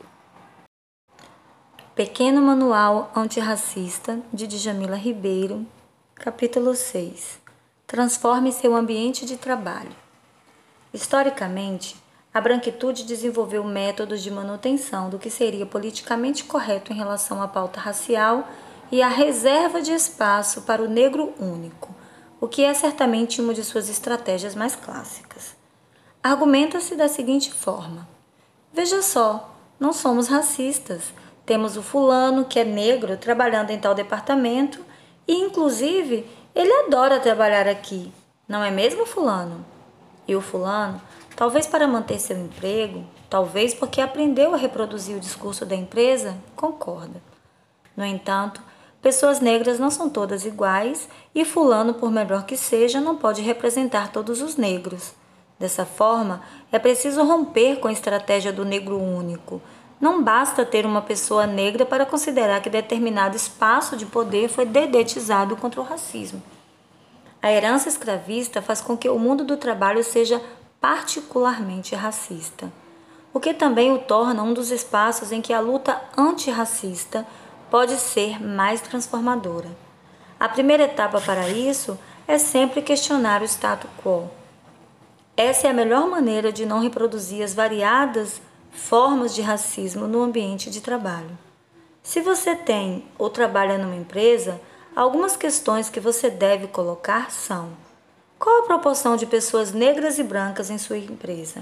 Pequeno Manual Antirracista, de Djamila Ribeiro, capítulo 6. Transforme seu ambiente de trabalho. Historicamente, a branquitude desenvolveu métodos de manutenção do que seria politicamente correto em relação à pauta racial e à reserva de espaço para o negro único, o que é certamente uma de suas estratégias mais clássicas. Argumenta-se da seguinte forma: veja só, não somos racistas, temos o fulano que é negro trabalhando em tal departamento e, inclusive, ele adora trabalhar aqui, não é mesmo, fulano? E o fulano, talvez para manter seu emprego, talvez porque aprendeu a reproduzir o discurso da empresa, concorda. No entanto, pessoas negras não são todas iguais e fulano, por melhor que seja, não pode representar todos os negros. Dessa forma, é preciso romper com a estratégia do negro único. Não basta ter uma pessoa negra para considerar que determinado espaço de poder foi dedetizado contra o racismo. A herança escravista faz com que o mundo do trabalho seja particularmente racista, o que também o torna um dos espaços em que a luta antirracista pode ser mais transformadora. A primeira etapa para isso é sempre questionar o status quo. Essa é a melhor maneira de não reproduzir as variadas formas de racismo no ambiente de trabalho. Se você tem ou trabalha numa empresa, algumas questões que você deve colocar são: qual a proporção de pessoas negras e brancas em sua empresa?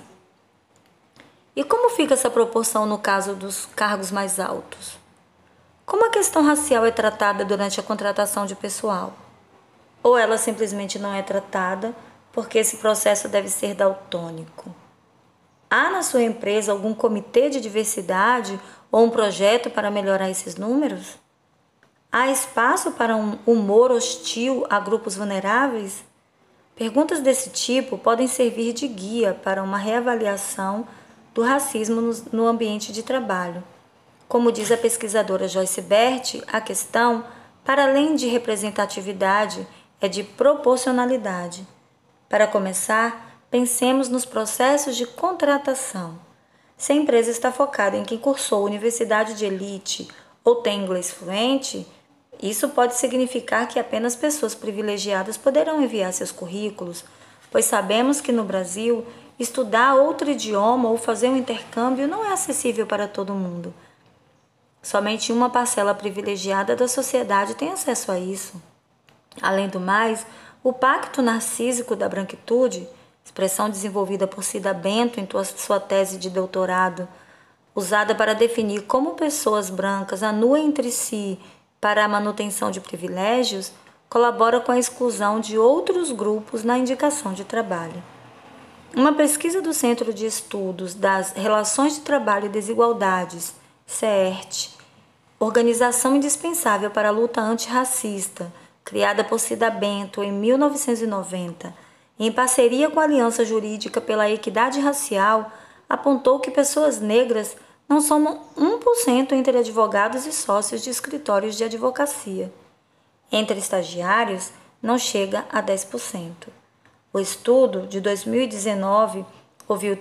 E como fica essa proporção no caso dos cargos mais altos? Como a questão racial é tratada durante a contratação de pessoal? Ou ela simplesmente não é tratada porque esse processo deve ser daltônico? Há na sua empresa algum comitê de diversidade ou um projeto para melhorar esses números? Há espaço para um humor hostil a grupos vulneráveis? Perguntas desse tipo podem servir de guia para uma reavaliação do racismo no ambiente de trabalho. Como diz a pesquisadora Joyce Bert, a questão, para além de representatividade, é de proporcionalidade. Para começar, pensemos nos processos de contratação. Se a empresa está focada em quem cursou universidade de elite ou tem inglês fluente, isso pode significar que apenas pessoas privilegiadas poderão enviar seus currículos, pois sabemos que no Brasil, estudar outro idioma ou fazer um intercâmbio não é acessível para todo mundo. Somente uma parcela privilegiada da sociedade tem acesso a isso. Além do mais, o pacto narcísico da branquitude, expressão desenvolvida por Cida Bento em sua tese de doutorado, usada para definir como pessoas brancas anuem entre si para a manutenção de privilégios, colabora com a exclusão de outros grupos na indicação de trabalho. Uma pesquisa do Centro de Estudos das Relações de Trabalho e Desigualdades, CERT, organização indispensável para a luta antirracista, criada por Cida Bento em 1990, em parceria com a Aliança Jurídica pela Equidade Racial, apontou que pessoas negras não somam 1% entre advogados e sócios de escritórios de advocacia. Entre estagiários, não chega a 10%. O estudo, de 2019, ouviu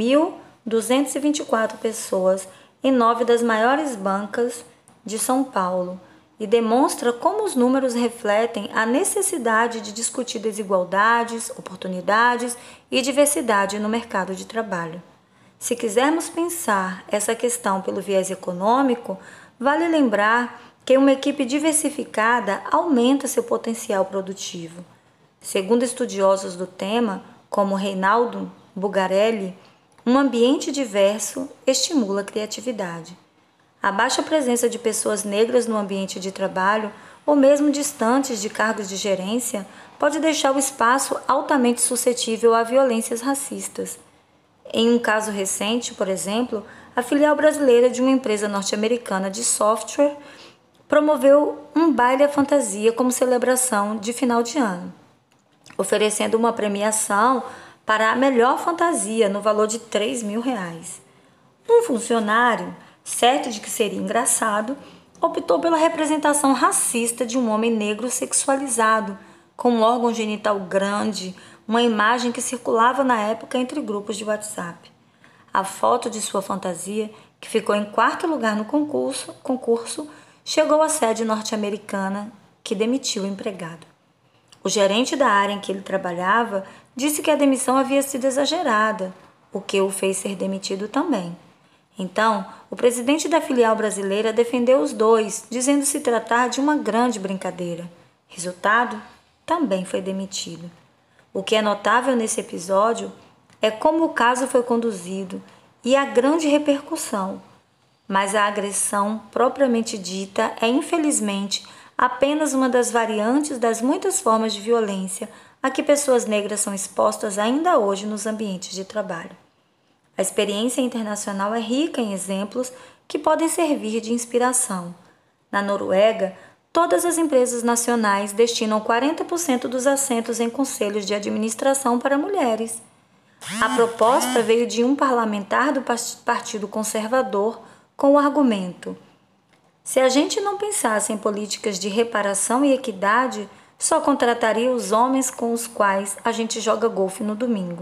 3.224 pessoas em 9 das maiores bancas de São Paulo e demonstra como os números refletem a necessidade de discutir desigualdades, oportunidades e diversidade no mercado de trabalho. Se quisermos pensar essa questão pelo viés econômico, vale lembrar que uma equipe diversificada aumenta seu potencial produtivo. Segundo estudiosos do tema, como Reinaldo Bugarelli, um ambiente diverso estimula a criatividade. A baixa presença de pessoas negras no ambiente de trabalho, ou mesmo distantes de cargos de gerência, pode deixar o espaço altamente suscetível a violências racistas. Em um caso recente, por exemplo, a filial brasileira de uma empresa norte-americana de software promoveu um baile à fantasia como celebração de final de ano, oferecendo uma premiação para a melhor fantasia no valor de R$3.000. Um funcionário, certo de que seria engraçado, optou pela representação racista de um homem negro sexualizado, com um órgão genital grande, uma imagem que circulava na época entre grupos de WhatsApp. A foto de sua fantasia, que ficou em 4º lugar no concurso, chegou à sede norte-americana, que demitiu o empregado. O gerente da área em que ele trabalhava disse que a demissão havia sido exagerada, o que o fez ser demitido também. Então, o presidente da filial brasileira defendeu os dois, dizendo se tratar de uma grande brincadeira. Resultado? Também foi demitido. O que é notável nesse episódio é como o caso foi conduzido e a grande repercussão. Mas a agressão propriamente dita é, infelizmente, apenas uma das variantes das muitas formas de violência a que pessoas negras são expostas ainda hoje nos ambientes de trabalho. A experiência internacional é rica em exemplos que podem servir de inspiração. Na Noruega, todas as empresas nacionais destinam 40% dos assentos em conselhos de administração para mulheres. A proposta veio de um parlamentar do Partido Conservador com o argumento: se a gente não pensasse em políticas de reparação e equidade, só contrataria os homens com os quais a gente joga golfe no domingo.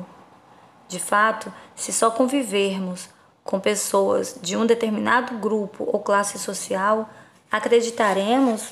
De fato, se só convivermos com pessoas de um determinado grupo ou classe social, acreditaremos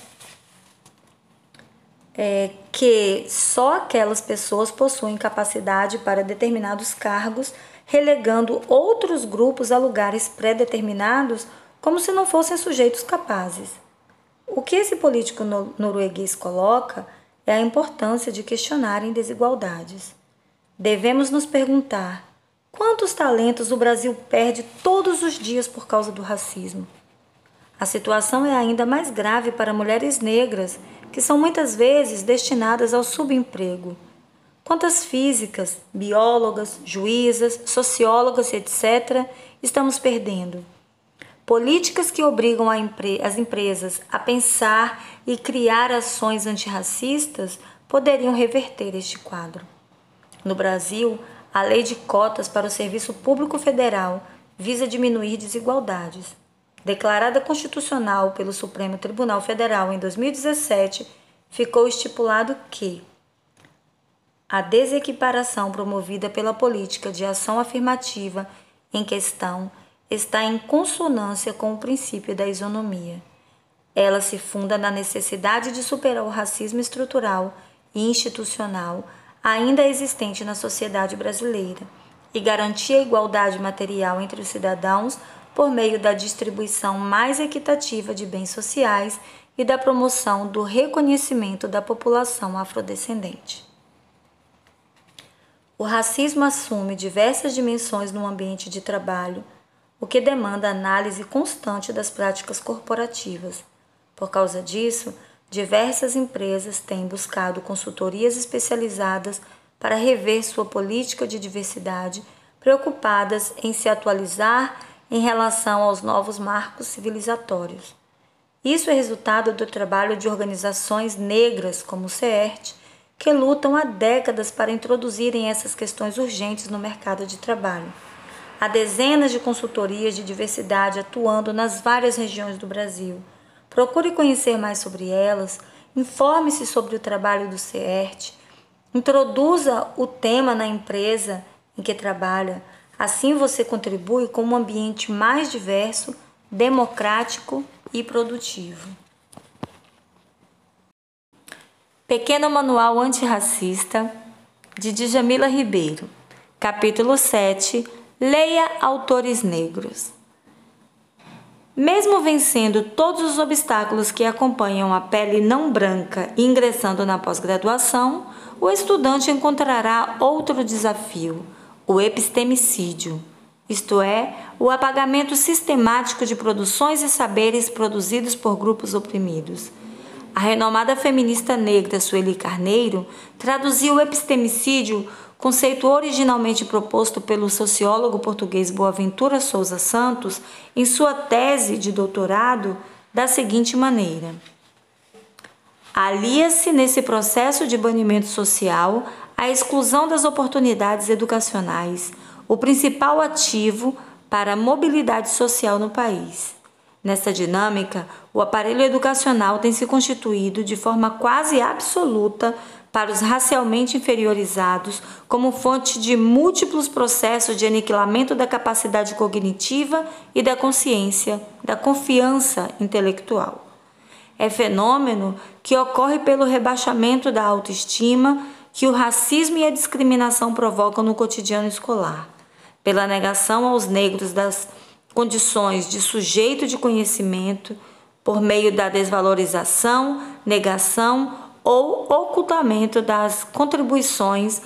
que só aquelas pessoas possuem capacidade para determinados cargos, relegando outros grupos a lugares pré-determinados como se não fossem sujeitos capazes. O que esse político norueguês coloca é a importância de questionarem desigualdades. Devemos nos perguntar: quantos talentos o Brasil perde todos os dias por causa do racismo? A situação é ainda mais grave para mulheres negras, que são muitas vezes destinadas ao subemprego. Quantas físicas, biólogas, juízas, sociólogas, etc., estamos perdendo? Políticas que obrigam as empresas a pensar e criar ações antirracistas poderiam reverter este quadro. No Brasil, a Lei de Cotas para o Serviço Público Federal visa diminuir desigualdades. Declarada constitucional pelo Supremo Tribunal Federal em 2017, ficou estipulado que a desequiparação promovida pela política de ação afirmativa em questão está em consonância com o princípio da isonomia. Ela se funda na necessidade de superar o racismo estrutural e institucional ainda existente na sociedade brasileira e garantir a igualdade material entre os cidadãos por meio da distribuição mais equitativa de bens sociais e da promoção do reconhecimento da população afrodescendente. O racismo assume diversas dimensões no ambiente de trabalho, o que demanda análise constante das práticas corporativas. Por causa disso, diversas empresas têm buscado consultorias especializadas para rever sua política de diversidade, preocupadas em se atualizar em relação aos novos marcos civilizatórios. Isso é resultado do trabalho de organizações negras como o CERT, que lutam há décadas para introduzirem essas questões urgentes no mercado de trabalho. Há dezenas de consultorias de diversidade atuando nas várias regiões do Brasil. Procure conhecer mais sobre elas, informe-se sobre o trabalho do CERT, introduza o tema na empresa em que trabalha. Assim você contribui com um ambiente mais diverso, democrático e produtivo. Pequeno Manual Antirracista, de Djamila Ribeiro. Capítulo 7. Leia autores negros. Mesmo vencendo todos os obstáculos que acompanham a pele não branca e ingressando na pós-graduação, o estudante encontrará outro desafio, o epistemicídio, isto é, o apagamento sistemático de produções e saberes produzidos por grupos oprimidos. A renomada feminista negra Sueli Carneiro traduziu o epistemicídio, conceito originalmente proposto pelo sociólogo português Boaventura Sousa Santos, em sua tese de doutorado, da seguinte maneira: alia-se nesse processo de banimento social a exclusão das oportunidades educacionais, o principal ativo para a mobilidade social no país. Nessa dinâmica, o aparelho educacional tem se constituído de forma quase absoluta para os racialmente inferiorizados como fonte de múltiplos processos de aniquilamento da capacidade cognitiva e da consciência, da confiança intelectual. É fenômeno que ocorre pelo rebaixamento da autoestima que o racismo e a discriminação provocam no cotidiano escolar, pela negação aos negros das condições de sujeito de conhecimento, por meio da desvalorização, negação ou ocultamento das contribuições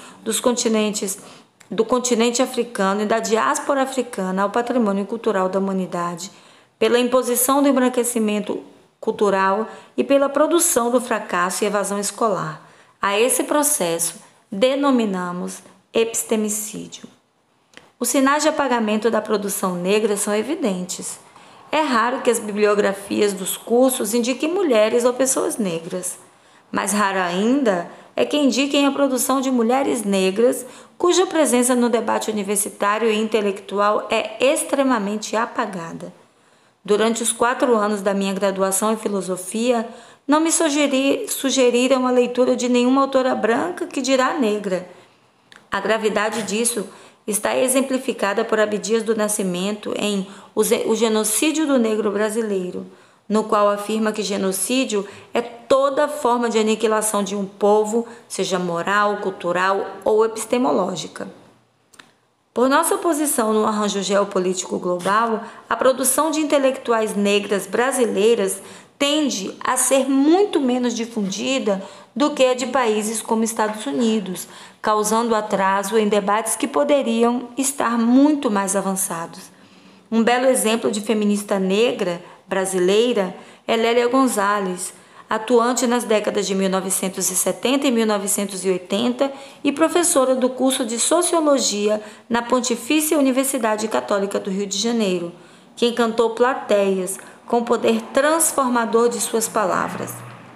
do continente africano e da diáspora africana ao patrimônio cultural da humanidade, pela imposição do embranquecimento cultural e pela produção do fracasso e evasão escolar. A esse processo denominamos epistemicídio. Os sinais de apagamento da produção negra são evidentes. É raro que as bibliografias dos cursos indiquem mulheres ou pessoas negras. Mais raro ainda é que indiquem a produção de mulheres negras, cuja presença no debate universitário e intelectual é extremamente apagada. Durante os 4 anos da minha graduação em filosofia, não me sugeriram a leitura de nenhuma autora branca, que dirá negra. A gravidade disso está exemplificada por Abdias do Nascimento em O Genocídio do Negro Brasileiro, no qual afirma que genocídio é toda forma de aniquilação de um povo, seja moral, cultural ou epistemológica. Por nossa posição no arranjo geopolítico global, a produção de intelectuais negras brasileiras tende a ser muito menos difundida do que a de países como Estados Unidos, causando atraso em debates que poderiam estar muito mais avançados. Um belo exemplo de feminista negra brasileira é Lélia Gonzalez, atuante nas décadas de 1970 e 1980 e professora do curso de Sociologia na Pontifícia Universidade Católica do Rio de Janeiro, que encantou plateias com o poder transformador de suas palavras.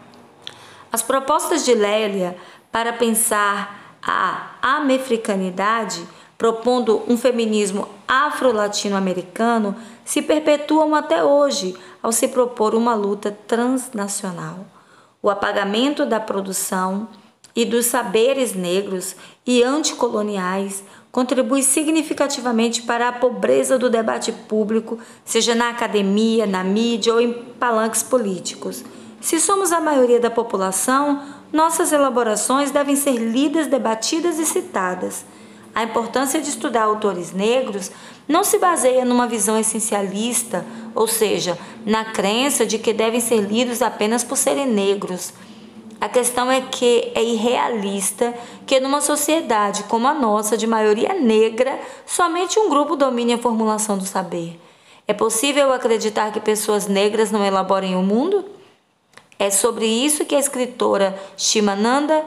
As propostas de Lélia para pensar a americanidade, propondo um feminismo afro-latino-americano, se perpetuam até hoje ao se propor uma luta transnacional. O apagamento da produção e dos saberes negros e anticoloniais contribui significativamente para a pobreza do debate público, seja na academia, na mídia ou em palanques políticos. Se somos a maioria da população, nossas elaborações devem ser lidas, debatidas e citadas. A importância de estudar autores negros não se baseia numa visão essencialista, ou seja, na crença de que devem ser lidos apenas por serem negros. A questão é que é irrealista que numa sociedade como a nossa, de maioria negra, somente um grupo domine a formulação do saber. É possível acreditar que pessoas negras não elaborem o mundo? É sobre isso que a escritora Shimananda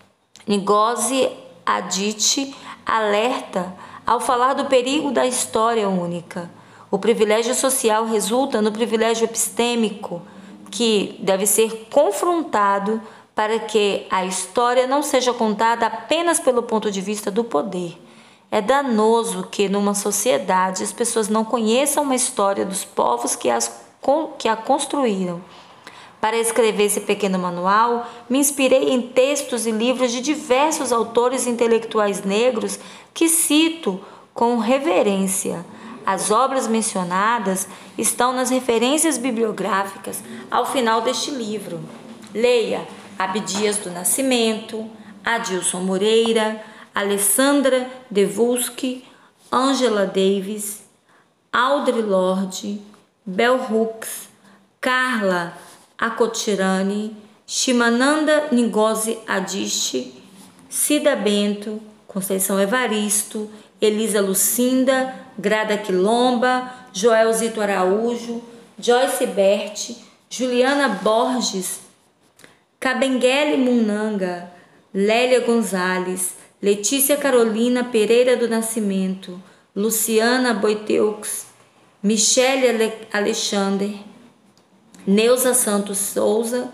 Ngozi Adichie alerta ao falar do perigo da história única. O privilégio social resulta no privilégio epistêmico, que deve ser confrontado para que a história não seja contada apenas pelo ponto de vista do poder. É danoso que, numa sociedade, as pessoas não conheçam uma história dos povos que a construíram. Para escrever esse pequeno manual, me inspirei em textos e livros de diversos autores intelectuais negros que cito com reverência. As obras mencionadas estão nas referências bibliográficas ao final deste livro. Leia Abdias do Nascimento, Adilson Moreira, Alessandra Devuski, Angela Davis, Audre Lorde, Bell Hooks, Carla Akotirani, Shimananda Ngozi Adichie, Cida Bento, Conceição Evaristo, Elisa Lucinda, Grada Quilomba, Joelzito Araújo, Joyce Bert, Juliana Borges, Kabengele Munanga, Lélia Gonzalez, Letícia Carolina Pereira do Nascimento, Luciana Boiteux, Michele Alexander, Neuza Santos Souza,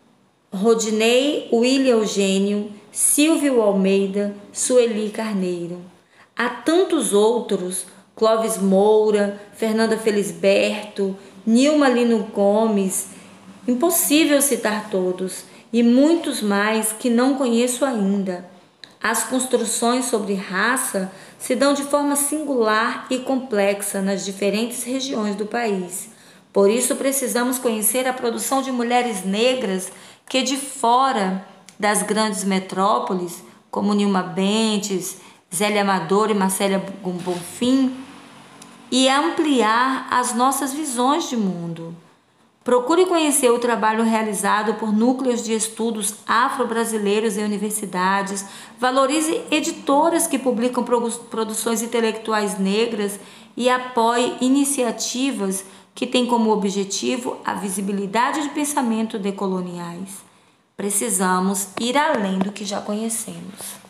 Rodinei William Eugênio, Silvio Almeida, Sueli Carneiro. Há tantos outros, Clóvis Moura, Fernanda Felisberto, Nilma Lino Gomes, impossível citar todos, e muitos mais que não conheço ainda. As construções sobre raça se dão de forma singular e complexa nas diferentes regiões do país. Por isso precisamos conhecer a produção de mulheres negras que de fora das grandes metrópoles, como Nilma Bentes, Zélia Amador e Marcélia Bonfim, e ampliar as nossas visões de mundo. Procure conhecer o trabalho realizado por núcleos de estudos afro-brasileiros em universidades, valorize editoras que publicam produções intelectuais negras e apoie iniciativas que têm como objetivo a visibilidade de pensamento decoloniais. Precisamos ir além do que já conhecemos.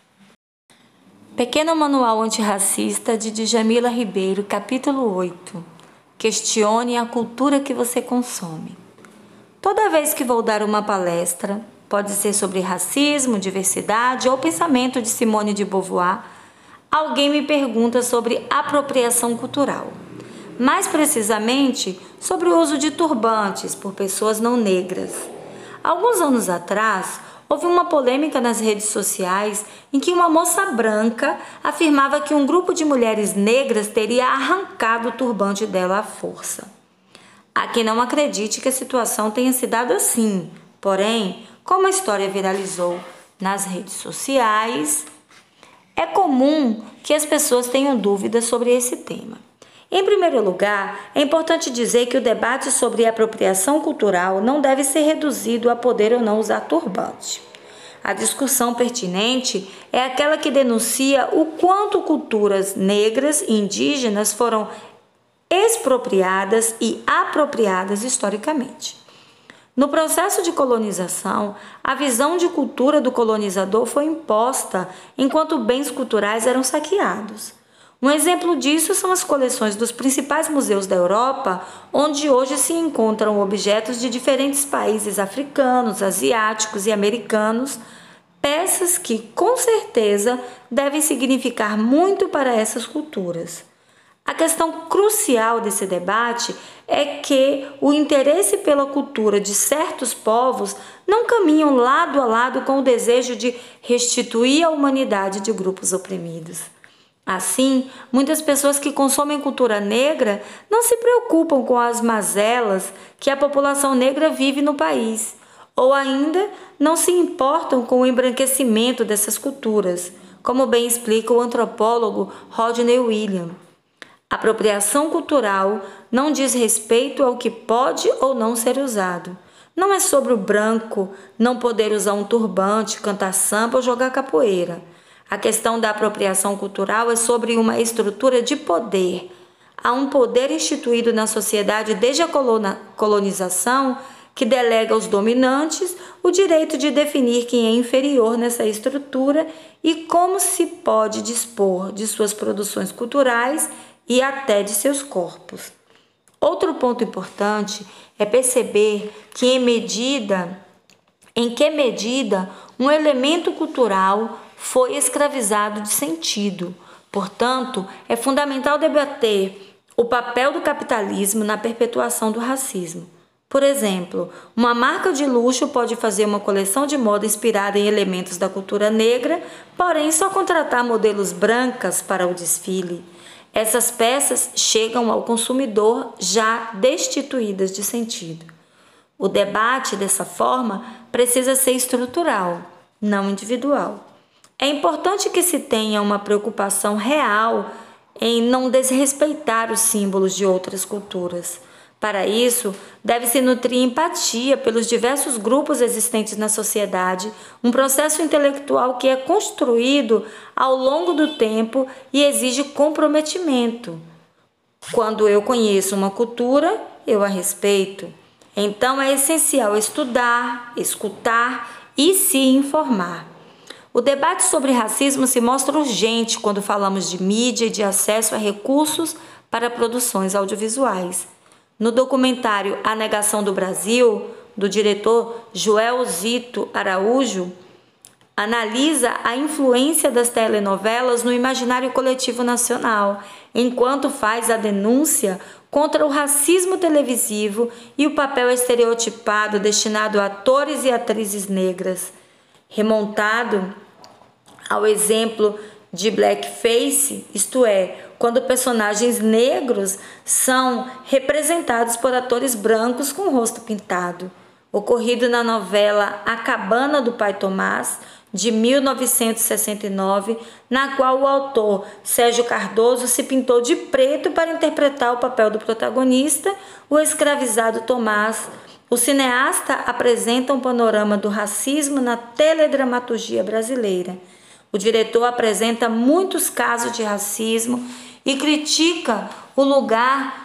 Pequeno Manual Antirracista de Djamila Ribeiro, capítulo 8. Questione a cultura que você consome. Toda vez que vou dar uma palestra, pode ser sobre racismo, diversidade ou pensamento de Simone de Beauvoir, alguém me pergunta sobre apropriação cultural. Mais precisamente, sobre o uso de turbantes por pessoas não negras. Alguns anos atrás, houve uma polêmica nas redes sociais em que uma moça branca afirmava que um grupo de mulheres negras teria arrancado o turbante dela à força. Há quem não acredite que a situação tenha se dado assim, porém, como a história viralizou nas redes sociais, é comum que as pessoas tenham dúvidas sobre esse tema. Em primeiro lugar, é importante dizer que o debate sobre apropriação cultural não deve ser reduzido a poder ou não usar turbante. A discussão pertinente é aquela que denuncia o quanto culturas negras e indígenas foram expropriadas e apropriadas historicamente. No processo de colonização, a visão de cultura do colonizador foi imposta enquanto bens culturais eram saqueados. Um exemplo disso são as coleções dos principais museus da Europa, onde hoje se encontram objetos de diferentes países africanos, asiáticos e americanos, peças que, com certeza, devem significar muito para essas culturas. A questão crucial desse debate é que o interesse pela cultura de certos povos não caminham lado a lado com o desejo de restituir a humanidade de grupos oprimidos. Assim, muitas pessoas que consomem cultura negra não se preocupam com as mazelas que a população negra vive no país, ou ainda não se importam com o embranquecimento dessas culturas, como bem explica o antropólogo Rodney William. A apropriação cultural não diz respeito ao que pode ou não ser usado. Não é sobre o branco não poder usar um turbante, cantar samba ou jogar capoeira. A questão da apropriação cultural é sobre uma estrutura de poder. Há um poder instituído na sociedade desde a colonização que delega aos dominantes o direito de definir quem é inferior nessa estrutura e como se pode dispor de suas produções culturais e até de seus corpos. Outro ponto importante é perceber que em que medida um elemento cultural foi escravizado de sentido. Portanto, é fundamental debater o papel do capitalismo na perpetuação do racismo. Por exemplo, uma marca de luxo pode fazer uma coleção de moda inspirada em elementos da cultura negra, porém só contratar modelos brancas para o desfile. Essas peças chegam ao consumidor já destituídas de sentido. O debate, dessa forma, precisa ser estrutural, não individual. É importante que se tenha uma preocupação real em não desrespeitar os símbolos de outras culturas. Para isso, deve-se nutrir empatia pelos diversos grupos existentes na sociedade, um processo intelectual que é construído ao longo do tempo e exige comprometimento. Quando eu conheço uma cultura, eu a respeito. Então é essencial estudar, escutar e se informar. O debate sobre racismo se mostra urgente quando falamos de mídia e de acesso a recursos para produções audiovisuais. No documentário A Negação do Brasil, do diretor Joel Zito Araújo, analisa a influência das telenovelas no imaginário coletivo nacional, enquanto faz a denúncia contra o racismo televisivo e o papel estereotipado destinado a atores e atrizes negras. Remontado ao exemplo de blackface, isto é, quando personagens negros são representados por atores brancos com o rosto pintado, ocorrido na novela A Cabana do Pai Tomás, de 1969, na qual o autor Sérgio Cardoso se pintou de preto para interpretar o papel do protagonista, o escravizado Tomás. O cineasta apresenta um panorama do racismo na teledramaturgia brasileira. O diretor apresenta muitos casos de racismo e critica o lugar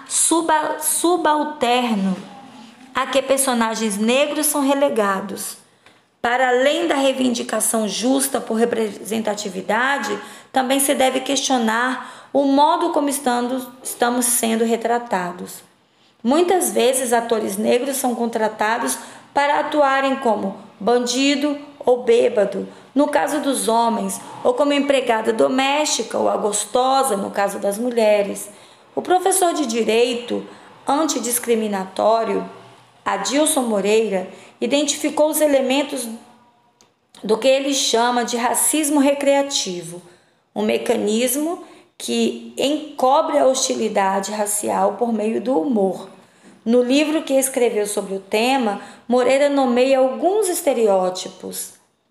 subalterno a que personagens negros são relegados. Para além da reivindicação justa por representatividade, também se deve questionar o modo como estamos sendo retratados. Muitas vezes, atores negros são contratados para atuarem como bandido ou bêbado, no caso dos homens, ou como empregada doméstica ou a gostosa, no caso das mulheres. O professor de Direito Antidiscriminatório, Adilson Moreira, identificou os elementos do que ele chama de racismo recreativo, um mecanismo que encobre a hostilidade racial por meio do humor. No livro que escreveu sobre o tema, Moreira nomeia alguns estereótipos: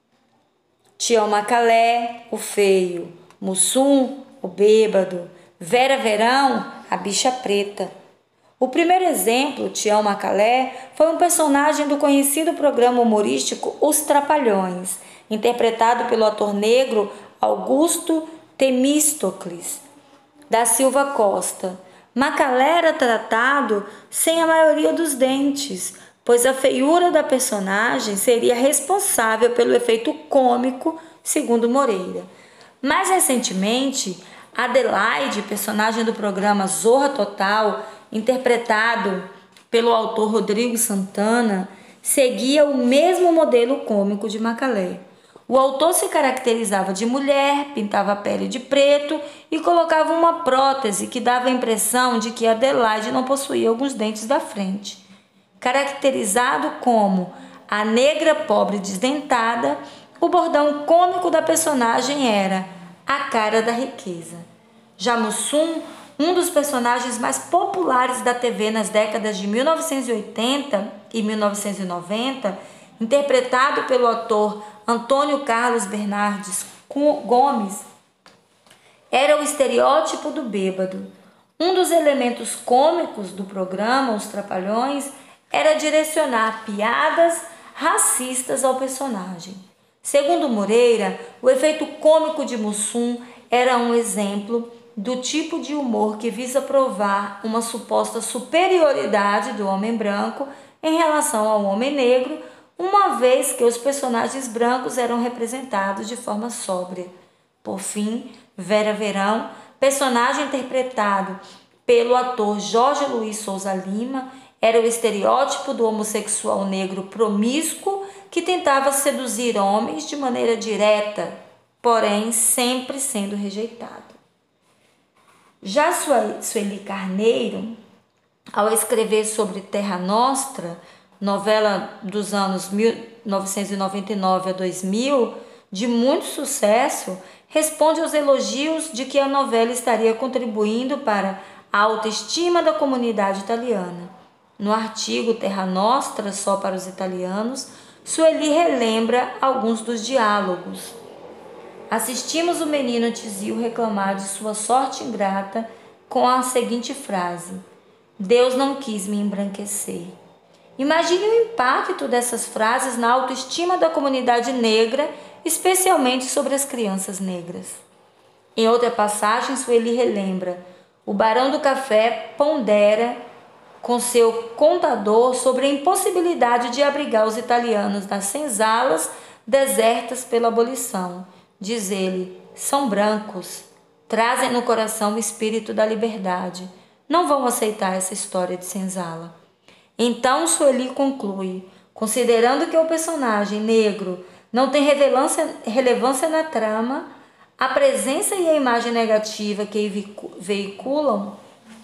Tião Macalé, o feio; Mussum, o bêbado; Vera Verão, a bicha preta. O primeiro exemplo, Tião Macalé, foi um personagem do conhecido programa humorístico Os Trapalhões, interpretado pelo ator negro Augusto Temístocles da Silva Costa. Macalé era tratado sem a maioria dos dentes, pois a feiura da personagem seria responsável pelo efeito cômico, segundo Moreira. Mais recentemente, Adelaide, personagem do programa Zorra Total, interpretado pelo autor Rodrigo Santana, seguia o mesmo modelo cômico de Macalé. O autor se caracterizava de mulher, pintava a pele de preto e colocava uma prótese que dava a impressão de que Adelaide não possuía alguns dentes da frente. Caracterizado como a negra pobre desdentada, o bordão cômico da personagem era a cara da riqueza. Já Mussum, um dos personagens mais populares da TV nas décadas de 1980 e 1990, interpretado pelo ator Antônio Carlos Bernardes Gomes, era o estereótipo do bêbado. Um dos elementos cômicos do programa Os Trapalhões era direcionar piadas racistas ao personagem. Segundo Moreira, o efeito cômico de Mussum era um exemplo do tipo de humor que visa provar uma suposta superioridade do homem branco em relação ao homem negro, uma vez que os personagens brancos eram representados de forma sóbria. Por fim, Vera Verão, personagem interpretado pelo ator Jorge Luiz Souza Lima, era o estereótipo do homossexual negro promíscuo que tentava seduzir homens de maneira direta, porém sempre sendo rejeitado. Já Sueli Carneiro, ao escrever sobre Terra Nostra, novela dos anos 1999 a 2000, de muito sucesso, responde aos elogios de que a novela estaria contribuindo para a autoestima da comunidade italiana. No artigo Terra Nostra, só para os italianos, Sueli relembra alguns dos diálogos. Assistimos o menino Tizio reclamar de sua sorte ingrata com a seguinte frase: Deus não quis me embranquecer. Imagine o impacto dessas frases na autoestima da comunidade negra, especialmente sobre as crianças negras. Em outra passagem, Sueli relembra: o Barão do Café pondera com seu contador sobre a impossibilidade de abrigar os italianos nas senzalas desertas pela abolição. Diz ele: são brancos, trazem no coração o espírito da liberdade. Não vão aceitar essa história de senzala. Então Sueli conclui: considerando que o personagem negro não tem relevância na trama, a presença e a imagem negativa que veiculam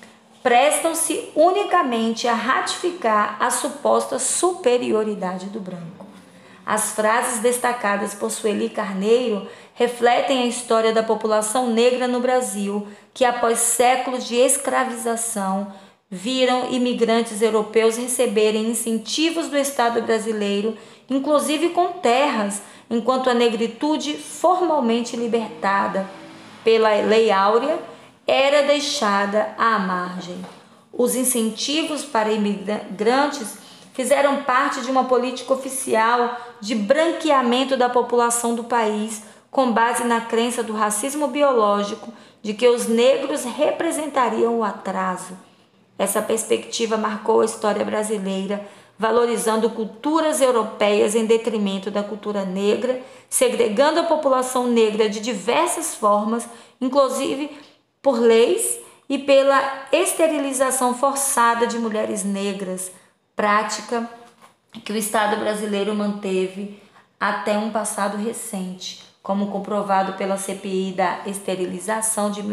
prestam-se unicamente a ratificar a suposta superioridade do branco. As frases destacadas por Sueli Carneiro refletem a história da população negra no Brasil, que após séculos de escravização viram imigrantes europeus receberem incentivos do Estado brasileiro, inclusive com terras, enquanto a negritude, formalmente libertada pela Lei Áurea, era deixada à margem. Os incentivos para imigrantes fizeram parte de uma política oficial de branqueamento da população do país, com base na crença do racismo biológico de que os negros representariam o atraso. Essa perspectiva marcou a história brasileira, valorizando culturas europeias em detrimento da cultura negra, segregando a população negra de diversas formas, inclusive por leis e pela esterilização forçada de mulheres negras, prática que o Estado brasileiro manteve até um passado recente, como comprovado pela CPI da esterilização de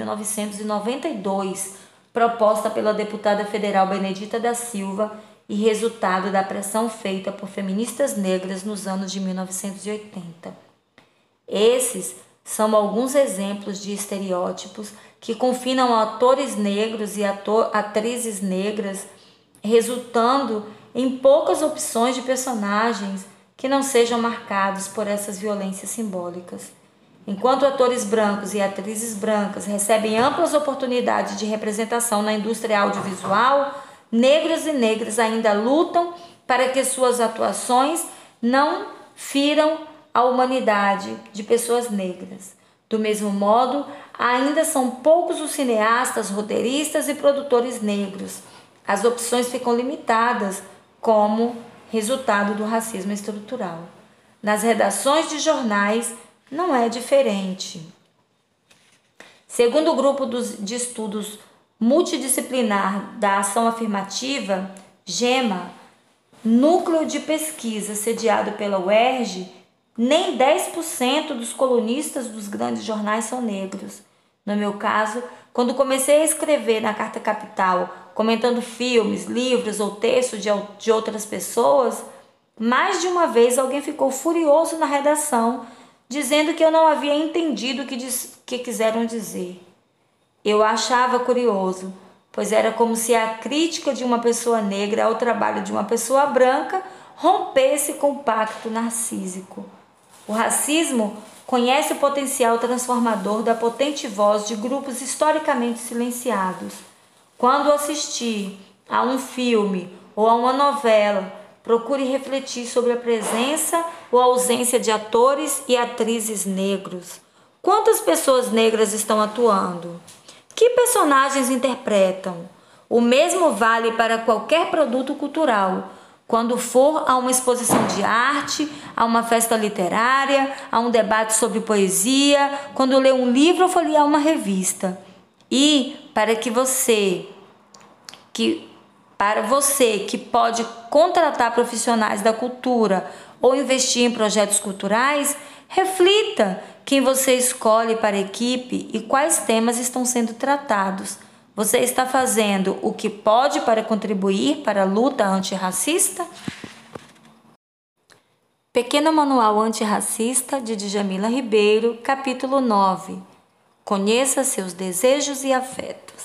1992, proposta pela deputada federal Benedita da Silva e resultado da pressão feita por feministas negras nos anos de 1980. Esses são alguns exemplos de estereótipos que confinam atores negros e atrizes negras, resultando em poucas opções de personagens que não sejam marcados por essas violências simbólicas. Enquanto atores brancos e atrizes brancas recebem amplas oportunidades de representação na indústria audiovisual, negros e negras ainda lutam para que suas atuações não firam a humanidade de pessoas negras. Do mesmo modo, ainda são poucos os cineastas, roteiristas e produtores negros. As opções ficam limitadas como resultado do racismo estrutural. Nas redações de jornais, não é diferente. Segundo o grupo de estudos multidisciplinar da ação afirmativa, GEMA, núcleo de pesquisa sediado pela UERJ, nem 10% dos colunistas dos grandes jornais são negros. No meu caso, quando comecei a escrever na Carta Capital, comentando filmes, livros ou textos de outras pessoas, mais de uma vez alguém ficou furioso na redação, dizendo que eu não havia entendido o que quiseram dizer. Eu achava curioso, pois era como se a crítica de uma pessoa negra ao trabalho de uma pessoa branca rompesse com o pacto narcísico. O racismo conhece o potencial transformador da potente voz de grupos historicamente silenciados. Quando assistir a um filme ou a uma novela, procure refletir sobre a presença ou ausência de atores e atrizes negros. Quantas pessoas negras estão atuando? Que personagens interpretam? O mesmo vale para qualquer produto cultural. Quando for a uma exposição de arte, a uma festa literária, a um debate sobre poesia, quando lê um livro ou folhear uma revista. E para você que pode contratar profissionais da cultura ou investir em projetos culturais, reflita quem você escolhe para a equipe e quais temas estão sendo tratados. Você está fazendo o que pode para contribuir para a luta antirracista? Pequeno Manual Antirracista de Djamila Ribeiro, capítulo 9. Conheça seus desejos e afetos.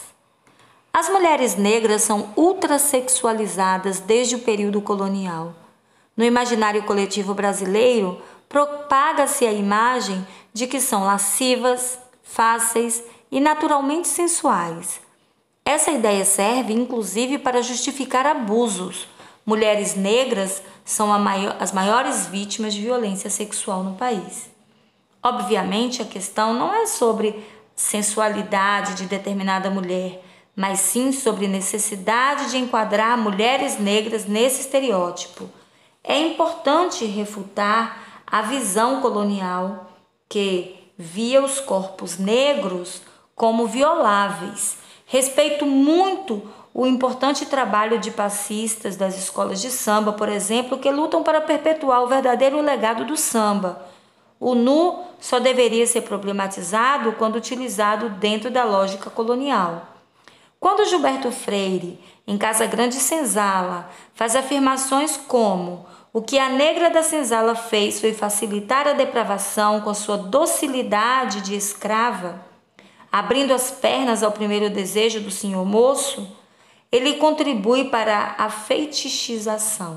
As mulheres negras são ultrassexualizadas desde o período colonial. No imaginário coletivo brasileiro, propaga-se a imagem de que são lascivas, fáceis e naturalmente sensuais. Essa ideia serve, inclusive, para justificar abusos. Mulheres negras são as maiores vítimas de violência sexual no país. Obviamente, a questão não é sobre sensualidade de determinada mulher, mas sim sobre necessidade de enquadrar mulheres negras nesse estereótipo. É importante refutar a visão colonial que via os corpos negros como violáveis. Respeito muito o importante trabalho de passistas das escolas de samba, por exemplo, que lutam para perpetuar o verdadeiro legado do samba. O nu só deveria ser problematizado quando utilizado dentro da lógica colonial. Quando Gilberto Freire, em Casa Grande Senzala, faz afirmações como: o que a negra da senzala fez foi facilitar a depravação com sua docilidade de escrava, abrindo as pernas ao primeiro desejo do senhor moço, ele contribui para a fetichização.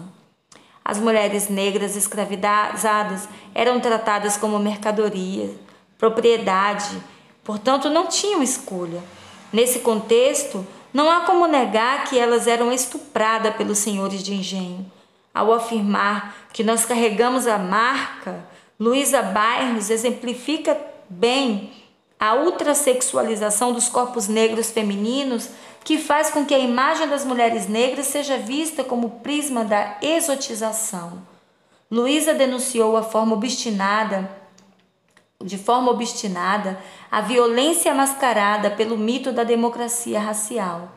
As mulheres negras escravizadas eram tratadas como mercadoria, propriedade, portanto não tinham escolha. Nesse contexto, não há como negar que elas eram estupradas pelos senhores de engenho. Ao afirmar que nós carregamos a marca, Luísa Bairros exemplifica bem a ultrassexualização dos corpos negros femininos, que faz com que a imagem das mulheres negras seja vista como prisma da exotização. Luísa denunciou de forma obstinada a violência mascarada pelo mito da democracia racial.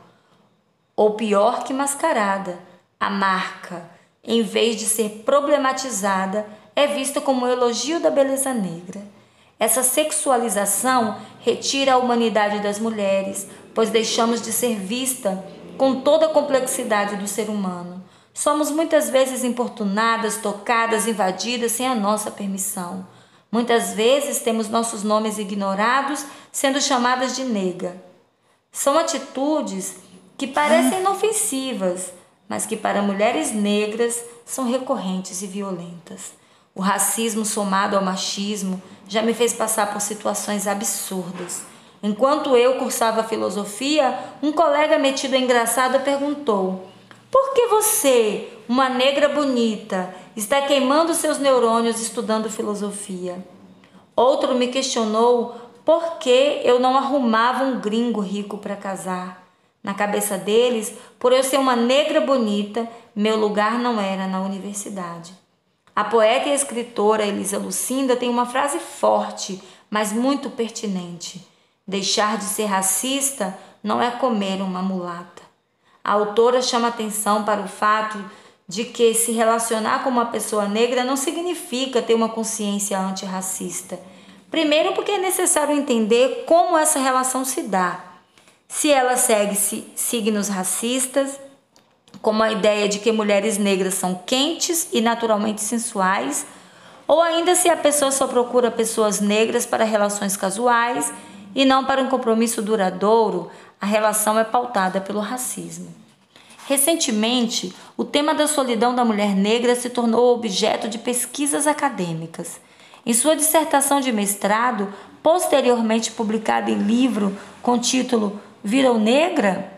Ou pior que mascarada, a marca, em vez de ser problematizada, é vista como um elogio da beleza negra. Essa sexualização retira a humanidade das mulheres, pois deixamos de ser vista com toda a complexidade do ser humano. Somos muitas vezes importunadas, tocadas, invadidas sem a nossa permissão. Muitas vezes temos nossos nomes ignorados, sendo chamadas de nega. São atitudes que parecem inofensivas, mas que para mulheres negras são recorrentes e violentas. O racismo somado ao machismo já me fez passar por situações absurdas. Enquanto eu cursava filosofia, um colega metido engraçado perguntou: por que você, uma negra bonita, está queimando seus neurônios estudando filosofia? Outro me questionou por que eu não arrumava um gringo rico para casar. Na cabeça deles, por eu ser uma negra bonita, meu lugar não era na universidade. A poeta e escritora Elisa Lucinda tem uma frase forte, mas muito pertinente: deixar de ser racista não é comer uma mulata. A autora chama atenção para o fato de que se relacionar com uma pessoa negra não significa ter uma consciência antirracista. Primeiro, porque é necessário entender como essa relação se dá. Se ela segue signos racistas, como a ideia de que mulheres negras são quentes e naturalmente sensuais, ou ainda se a pessoa só procura pessoas negras para relações casuais e não para um compromisso duradouro, a relação é pautada pelo racismo. Recentemente, o tema da solidão da mulher negra se tornou objeto de pesquisas acadêmicas. Em sua dissertação de mestrado, posteriormente publicada em livro com título Virou Negra?,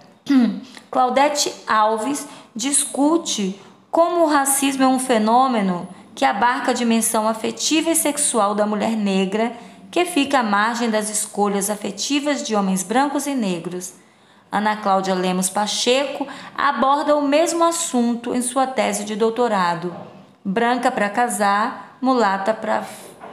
Claudete Alves discute como o racismo é um fenômeno que abarca a dimensão afetiva e sexual da mulher negra, que fica à margem das escolhas afetivas de homens brancos e negros. Ana Cláudia Lemos Pacheco aborda o mesmo assunto em sua tese de doutorado: Branca para casar, mulata para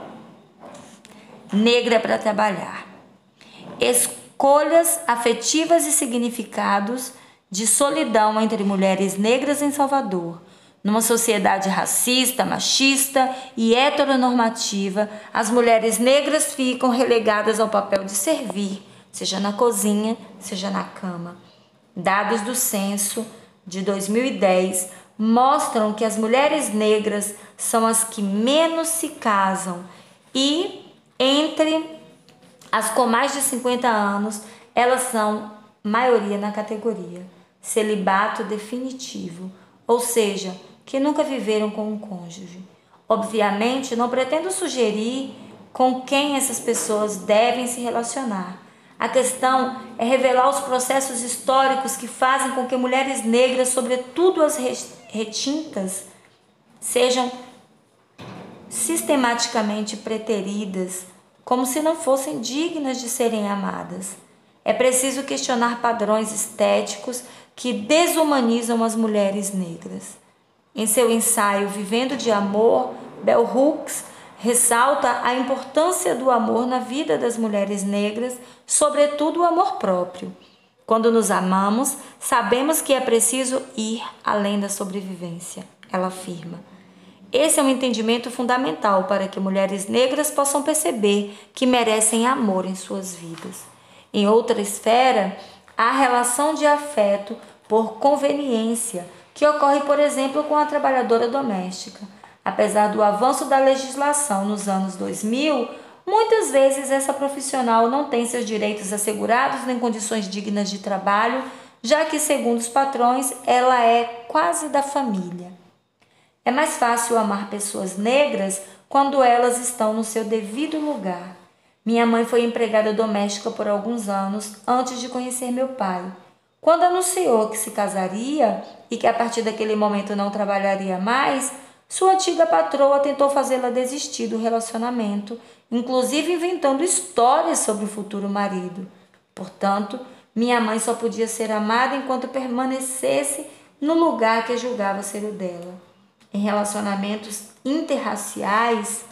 negra para trabalhar. Escolhas afetivas e significados de solidão entre mulheres negras em Salvador. Numa sociedade racista, machista e heteronormativa, as mulheres negras ficam relegadas ao papel de servir, seja na cozinha, seja na cama. Dados do censo de 2010 mostram que as mulheres negras são as que menos se casam e entre as com mais de 50 anos, elas são maioria na categoria celibato definitivo, ou seja, que nunca viveram com um cônjuge. Obviamente, não pretendo sugerir com quem essas pessoas devem se relacionar. A questão é revelar os processos históricos que fazem com que mulheres negras, sobretudo as retintas, sejam sistematicamente preteridas, como se não fossem dignas de serem amadas. É preciso questionar padrões estéticos que desumanizam as mulheres negras. Em seu ensaio Vivendo de Amor, Bell Hooks ressalta a importância do amor na vida das mulheres negras, sobretudo o amor próprio. Quando nos amamos, sabemos que é preciso ir além da sobrevivência, ela afirma. Esse é um entendimento fundamental para que mulheres negras possam perceber que merecem amor em suas vidas. Em outra esfera, há a relação de afeto por conveniência, que ocorre, por exemplo, com a trabalhadora doméstica. Apesar do avanço da legislação nos anos 2000, muitas vezes essa profissional não tem seus direitos assegurados nem condições dignas de trabalho, já que, segundo os patrões, ela é quase da família. É mais fácil amar pessoas negras quando elas estão no seu devido lugar. Minha mãe foi empregada doméstica por alguns anos antes de conhecer meu pai. Quando anunciou que se casaria e que a partir daquele momento não trabalharia mais, sua antiga patroa tentou fazê-la desistir do relacionamento, inclusive inventando histórias sobre o futuro marido. Portanto, minha mãe só podia ser amada enquanto permanecesse no lugar que julgava ser o dela. Em relacionamentos interraciais,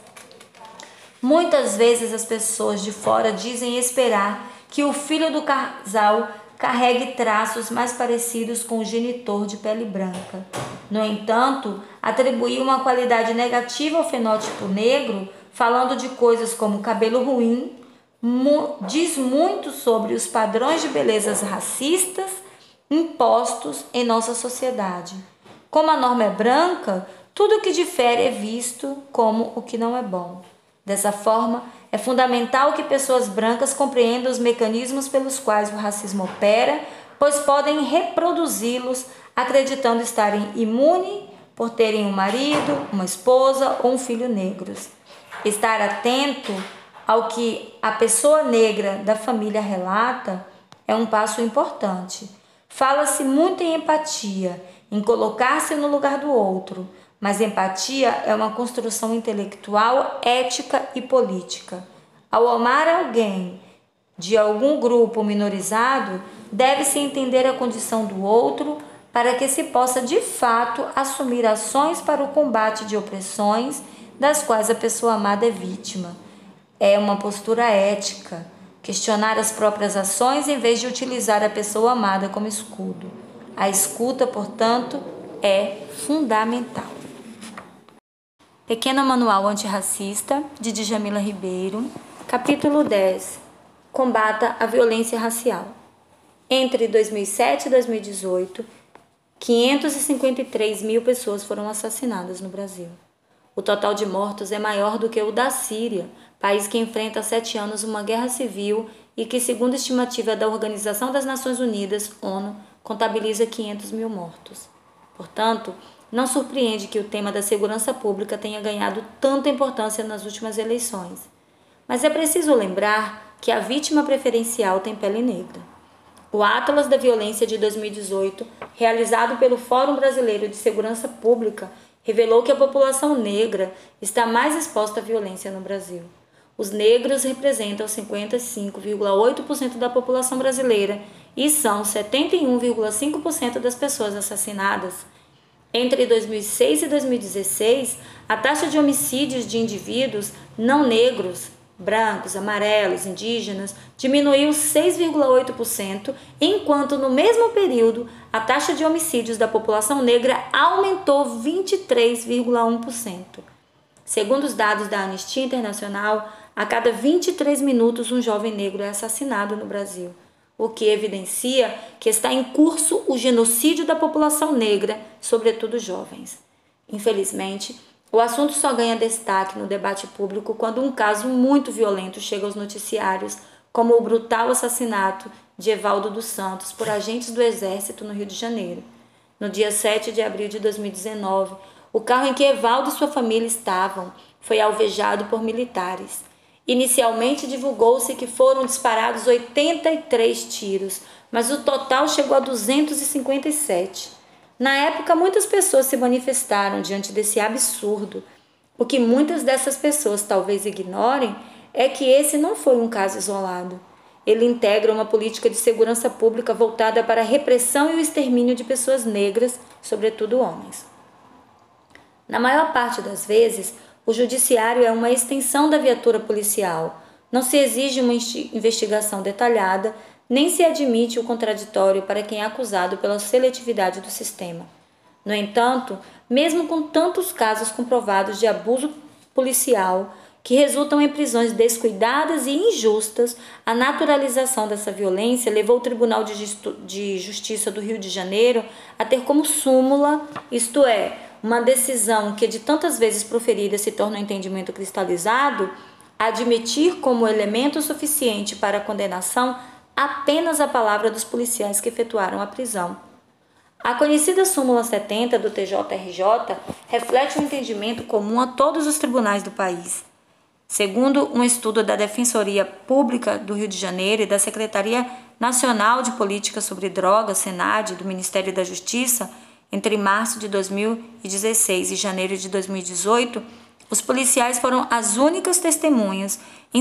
muitas vezes as pessoas de fora dizem esperar que o filho do casal carregue traços mais parecidos com o genitor de pele branca. No entanto, atribuir uma qualidade negativa ao fenótipo negro, falando de coisas como cabelo ruim, diz muito sobre os padrões de belezas racistas impostos em nossa sociedade. Como a norma é branca, tudo o que difere é visto como o que não é bom. Dessa forma, é fundamental que pessoas brancas compreendam os mecanismos pelos quais o racismo opera, pois podem reproduzi-los acreditando estarem imunes por terem um marido, uma esposa ou um filho negros. Estar atento ao que a pessoa negra da família relata é um passo importante. Fala-se muito em empatia, em colocar-se no lugar do outro, mas empatia é uma construção intelectual, ética e política. Ao amar alguém de algum grupo minorizado, deve-se entender a condição do outro para que se possa de fato assumir ações para o combate de opressões das quais a pessoa amada é vítima. É uma postura ética, questionar as próprias ações em vez de utilizar a pessoa amada como escudo. A escuta, portanto, é fundamental. Pequeno Manual Antirracista, de Djamila Ribeiro, capítulo 10. Combata a violência racial. Entre 2007 e 2018, 553 mil pessoas foram assassinadas no Brasil. O total de mortos é maior do que o da Síria, país que enfrenta há 7 anos uma guerra civil e que, segundo a estimativa da Organização das Nações Unidas, ONU, contabiliza 500 mil mortos. Portanto, não surpreende que o tema da segurança pública tenha ganhado tanta importância nas últimas eleições. Mas é preciso lembrar que a vítima preferencial tem pele negra. O Atlas da Violência de 2018, realizado pelo Fórum Brasileiro de Segurança Pública, revelou que a população negra está mais exposta à violência no Brasil. Os negros representam 55,8% da população brasileira e são 71,5% das pessoas assassinadas. Entre 2006 e 2016, a taxa de homicídios de indivíduos não negros, brancos, amarelos, indígenas, diminuiu 6,8%, enquanto no mesmo período a taxa de homicídios da população negra aumentou 23,1%. Segundo os dados da Anistia Internacional, a cada 23 minutos um jovem negro é assassinado no Brasil, o que evidencia que está em curso o genocídio da população negra, sobretudo jovens. Infelizmente, o assunto só ganha destaque no debate público quando um caso muito violento chega aos noticiários, como o brutal assassinato de Evaldo dos Santos por agentes do Exército no Rio de Janeiro. No dia 7 de abril de 2019, o carro em que Evaldo e sua família estavam foi alvejado por militares. Inicialmente divulgou-se que foram disparados 83 tiros, mas o total chegou a 257. Na época, muitas pessoas se manifestaram diante desse absurdo. O que muitas dessas pessoas talvez ignorem é que esse não foi um caso isolado. Ele integra uma política de segurança pública voltada para a repressão e o extermínio de pessoas negras, sobretudo homens. Na maior parte das vezes, o judiciário é uma extensão da viatura policial. Não se exige uma investigação detalhada, nem se admite o contraditório para quem é acusado pela seletividade do sistema. No entanto, mesmo com tantos casos comprovados de abuso policial, que resultam em prisões descuidadas e injustas, a naturalização dessa violência levou o Tribunal de Justiça do Rio de Janeiro a ter como súmula, isto é, uma decisão que de tantas vezes proferida se torna um entendimento cristalizado, admitir como elemento suficiente para a condenação apenas a palavra dos policiais que efetuaram a prisão. A conhecida súmula 70 do TJRJ reflete um entendimento comum a todos os tribunais do país. Segundo um estudo da Defensoria Pública do Rio de Janeiro e da Secretaria Nacional de Política sobre Drogas, SENAD, do Ministério da Justiça, entre março de 2016 e janeiro de 2018, os policiais foram as únicas testemunhas em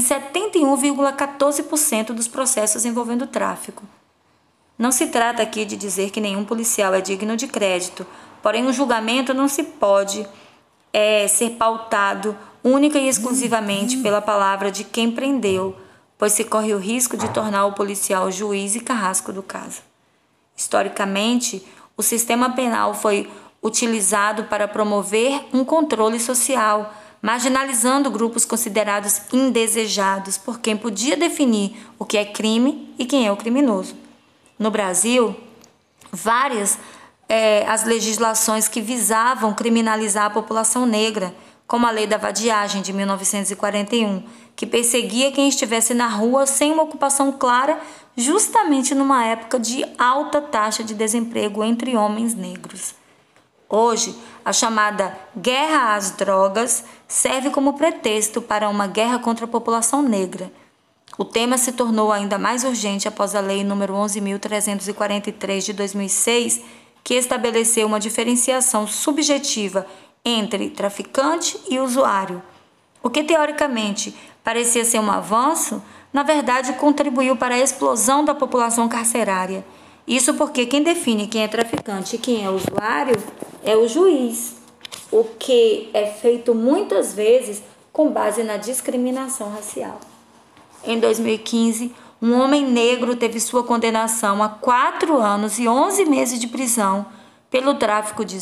71,14% dos processos envolvendo tráfico. Não se trata aqui de dizer que nenhum policial é digno de crédito, porém um julgamento não se pode ser pautado única e exclusivamente pela palavra de quem prendeu, pois se corre o risco de tornar o policial juiz e carrasco do caso. Historicamente, o sistema penal foi utilizado para promover um controle social, marginalizando grupos considerados indesejados por quem podia definir o que é crime e quem é o criminoso. No Brasil, várias as legislações que visavam criminalizar a população negra, como a Lei da Vadiagem de 1941, que perseguia quem estivesse na rua sem uma ocupação clara, justamente numa época de alta taxa de desemprego entre homens negros. Hoje, a chamada guerra às drogas serve como pretexto para uma guerra contra a população negra. O tema se tornou ainda mais urgente após a Lei nº 11.343 de 2006, que estabeleceu uma diferenciação subjetiva entre traficante e usuário. O que teoricamente parecia ser um avanço, na verdade contribuiu para a explosão da população carcerária. Isso porque quem define quem é traficante e quem é usuário é o juiz, o que é feito muitas vezes com base na discriminação racial. Em 2015, um homem negro teve sua condenação a 4 anos e 11 meses de prisão pelo tráfico de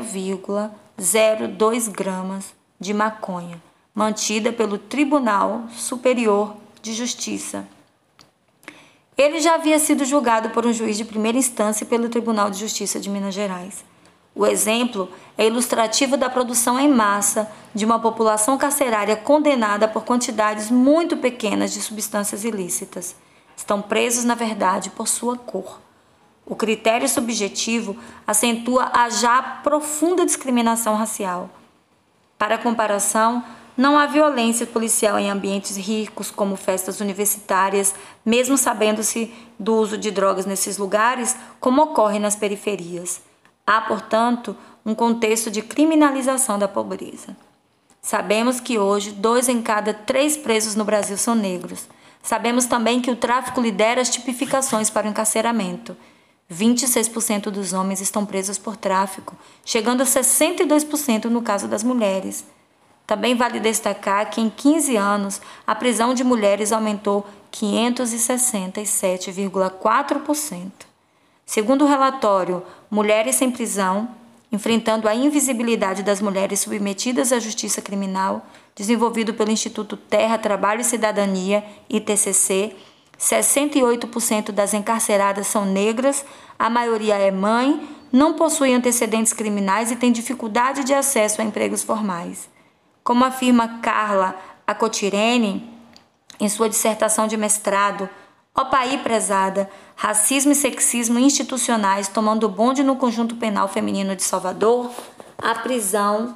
0,02 gramas de maconha, mantida pelo Tribunal Superior de Justiça. Ele já havia sido julgado por um juiz de primeira instância e pelo Tribunal de Justiça de Minas Gerais. O exemplo é ilustrativo da produção em massa de uma população carcerária condenada por quantidades muito pequenas de substâncias ilícitas. Estão presos, na verdade, por sua cor. O critério subjetivo acentua a já profunda discriminação racial. Para comparação, não há violência policial em ambientes ricos, como festas universitárias, mesmo sabendo-se do uso de drogas nesses lugares, como ocorre nas periferias. Há, portanto, um contexto de criminalização da pobreza. Sabemos que hoje 2 em cada 3 presos no Brasil são negros. Sabemos também que o tráfico lidera as tipificações para o encarceramento. 26% dos homens estão presos por tráfico, chegando a 62% no caso das mulheres. Também vale destacar que em 15 anos a prisão de mulheres aumentou 567,4%. Segundo o relatório Mulheres Sem Prisão, enfrentando a invisibilidade das mulheres submetidas à justiça criminal, desenvolvido pelo Instituto Terra, Trabalho e Cidadania, ITCC, 68% das encarceradas são negras, a maioria é mãe, não possui antecedentes criminais e tem dificuldade de acesso a empregos formais. Como afirma Carla Acotirene, em sua dissertação de mestrado, Opaí prezada, racismo e sexismo institucionais tomando bonde no conjunto penal feminino de Salvador, a prisão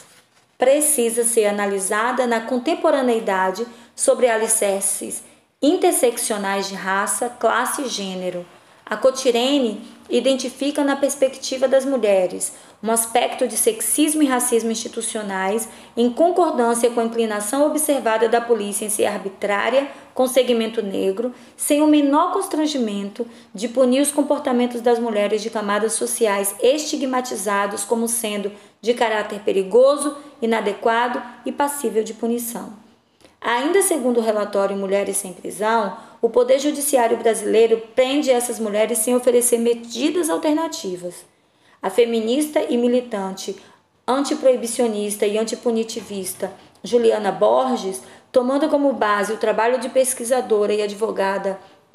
precisa ser analisada na contemporaneidade sobre alicerces interseccionais de raça, classe e gênero. A Cotirene identifica na perspectiva das mulheres um aspecto de sexismo e racismo institucionais em concordância com a inclinação observada da polícia em ser arbitrária com o segmento negro, sem o menor constrangimento de punir os comportamentos das mulheres de camadas sociais estigmatizados como sendo de caráter perigoso, inadequado e passível de punição. Ainda segundo o relatório Mulheres Sem Prisão, o Poder Judiciário brasileiro prende essas mulheres sem oferecer medidas alternativas. A feminista e militante antiproibicionista e antipunitivista Juliana Borges, tomando como base o trabalho de pesquisadora e advogada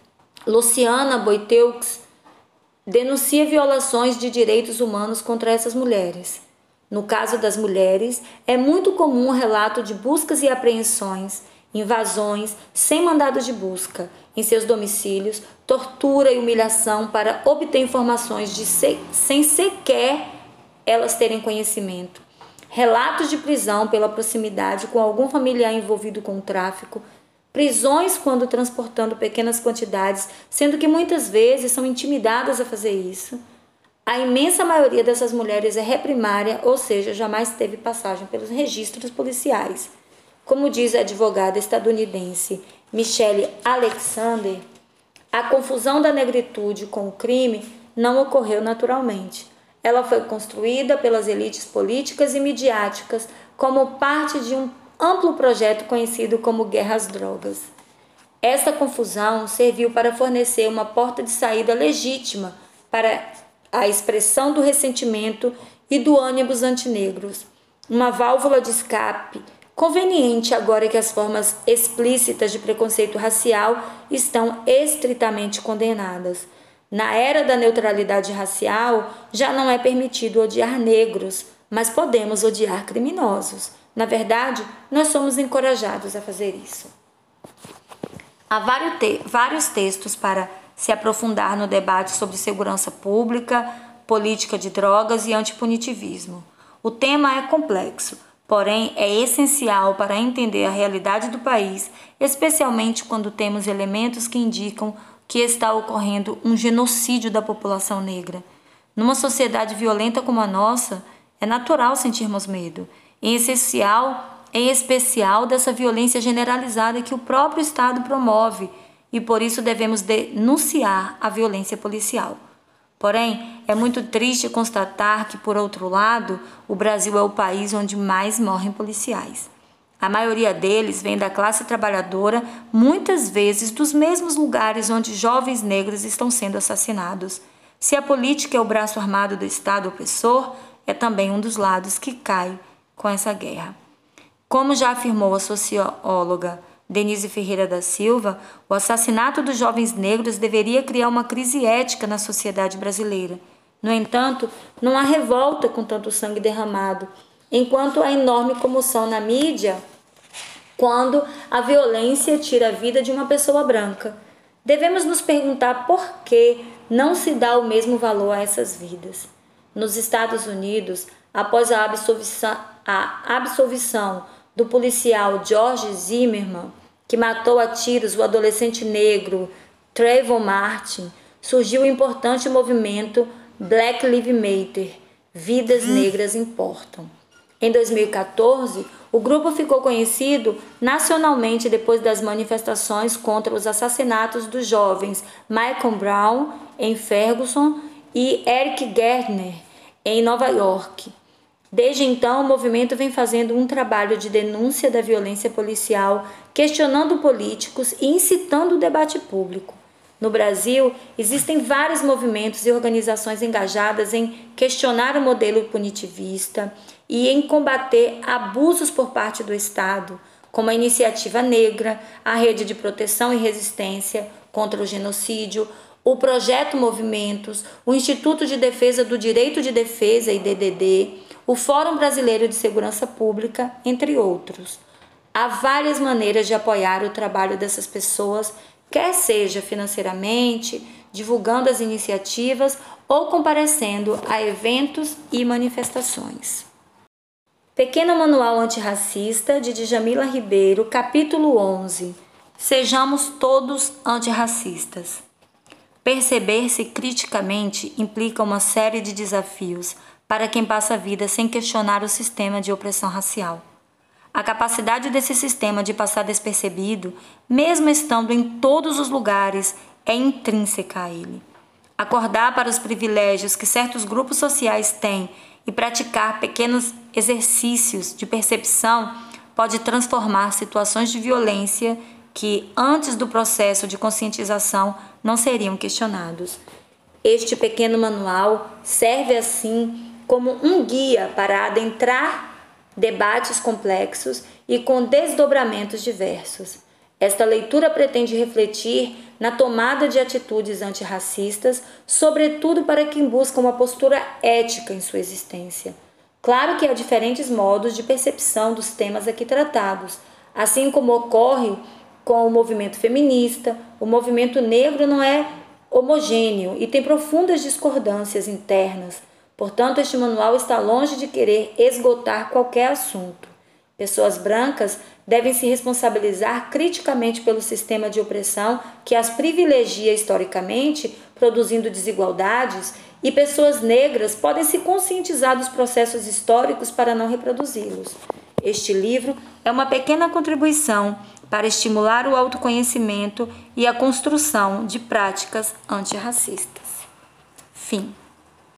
Luciana Boiteux, denuncia violações de direitos humanos contra essas mulheres. No caso das mulheres, é muito comum o relato de buscas e apreensões, invasões sem mandado de busca em seus domicílios, tortura e humilhação para obter informações sem sequer elas terem conhecimento. Relatos de prisão pela proximidade com algum familiar envolvido com o tráfico, prisões quando transportando pequenas quantidades, sendo que muitas vezes são intimidadas a fazer isso. A imensa maioria dessas mulheres é reprimária, ou seja, jamais teve passagem pelos registros policiais. Como diz a advogada estadunidense Michelle Alexander, a confusão da negritude com o crime não ocorreu naturalmente. Ela foi construída pelas elites políticas e midiáticas como parte de um amplo projeto conhecido como Guerra às Drogas. Essa confusão serviu para fornecer uma porta de saída legítima para a expressão do ressentimento e do ânimos antinegros, uma válvula de escape conveniente agora que as formas explícitas de preconceito racial estão estritamente condenadas. Na era da neutralidade racial, já não é permitido odiar negros, mas podemos odiar criminosos. Na verdade, nós somos encorajados a fazer isso. Há vários textos para se aprofundar no debate sobre segurança pública, política de drogas e antipunitivismo. O tema é complexo, porém é essencial para entender a realidade do país, especialmente quando temos elementos que indicam que está ocorrendo um genocídio da população negra. Numa sociedade violenta como a nossa, é natural sentirmos medo, em especial dessa violência generalizada que o próprio Estado promove, e por isso devemos denunciar a violência policial. Porém, é muito triste constatar que, por outro lado, o Brasil é o país onde mais morrem policiais. A maioria deles vem da classe trabalhadora, muitas vezes dos mesmos lugares onde jovens negros estão sendo assassinados. Se a política é o braço armado do Estado opressor, é também um dos lados que cai com essa guerra. Como já afirmou a socióloga Denise Ferreira da Silva, o assassinato dos jovens negros deveria criar uma crise ética na sociedade brasileira. No entanto, não há revolta com tanto sangue derramado, enquanto há enorme comoção na mídia quando a violência tira a vida de uma pessoa branca. Devemos nos perguntar por que não se dá o mesmo valor a essas vidas. Nos Estados Unidos, após a absolvição do policial George Zimmerman, que matou a tiros o adolescente negro Trayvon Martin, surgiu o importante movimento Black Lives Matter, Vidas Negras Importam. Em 2014, o grupo ficou conhecido nacionalmente depois das manifestações contra os assassinatos dos jovens Michael Brown, em Ferguson, e Eric Garner, em Nova York. Desde então, o movimento vem fazendo um trabalho de denúncia da violência policial, questionando políticos e incitando o debate público. No Brasil, existem vários movimentos e organizações engajadas em questionar o modelo punitivista e em combater abusos por parte do Estado, como a Iniciativa Negra, a Rede de Proteção e Resistência contra o Genocídio, o Projeto Movimentos, o Instituto de Defesa do Direito de Defesa, IDDD, o Fórum Brasileiro de Segurança Pública, entre outros. Há várias maneiras de apoiar o trabalho dessas pessoas, quer seja financeiramente, divulgando as iniciativas ou comparecendo a eventos e manifestações. Pequeno Manual Antirracista, de Djamila Ribeiro, capítulo 11. Sejamos todos antirracistas. Perceber-se criticamente implica uma série de desafios para quem passa a vida sem questionar o sistema de opressão racial. A capacidade desse sistema de passar despercebido, mesmo estando em todos os lugares, é intrínseca a ele. Acordar para os privilégios que certos grupos sociais têm e praticar pequenos exercícios de percepção pode transformar situações de violência que, antes do processo de conscientização, não seriam questionados. Este pequeno manual serve, assim, como um guia para adentrar debates complexos e com desdobramentos diversos. Esta leitura pretende refletir na tomada de atitudes antirracistas, sobretudo para quem busca uma postura ética em sua existência. Claro que há diferentes modos de percepção dos temas aqui tratados, assim como ocorre com o movimento feminista. O movimento negro não é homogêneo e tem profundas discordâncias internas. Portanto, este manual está longe de querer esgotar qualquer assunto. Pessoas brancas devem se responsabilizar criticamente pelo sistema de opressão que as privilegia historicamente, produzindo desigualdades, e pessoas negras podem se conscientizar dos processos históricos para não reproduzi-los. Este livro é uma pequena contribuição para estimular o autoconhecimento e a construção de práticas antirracistas. Fim.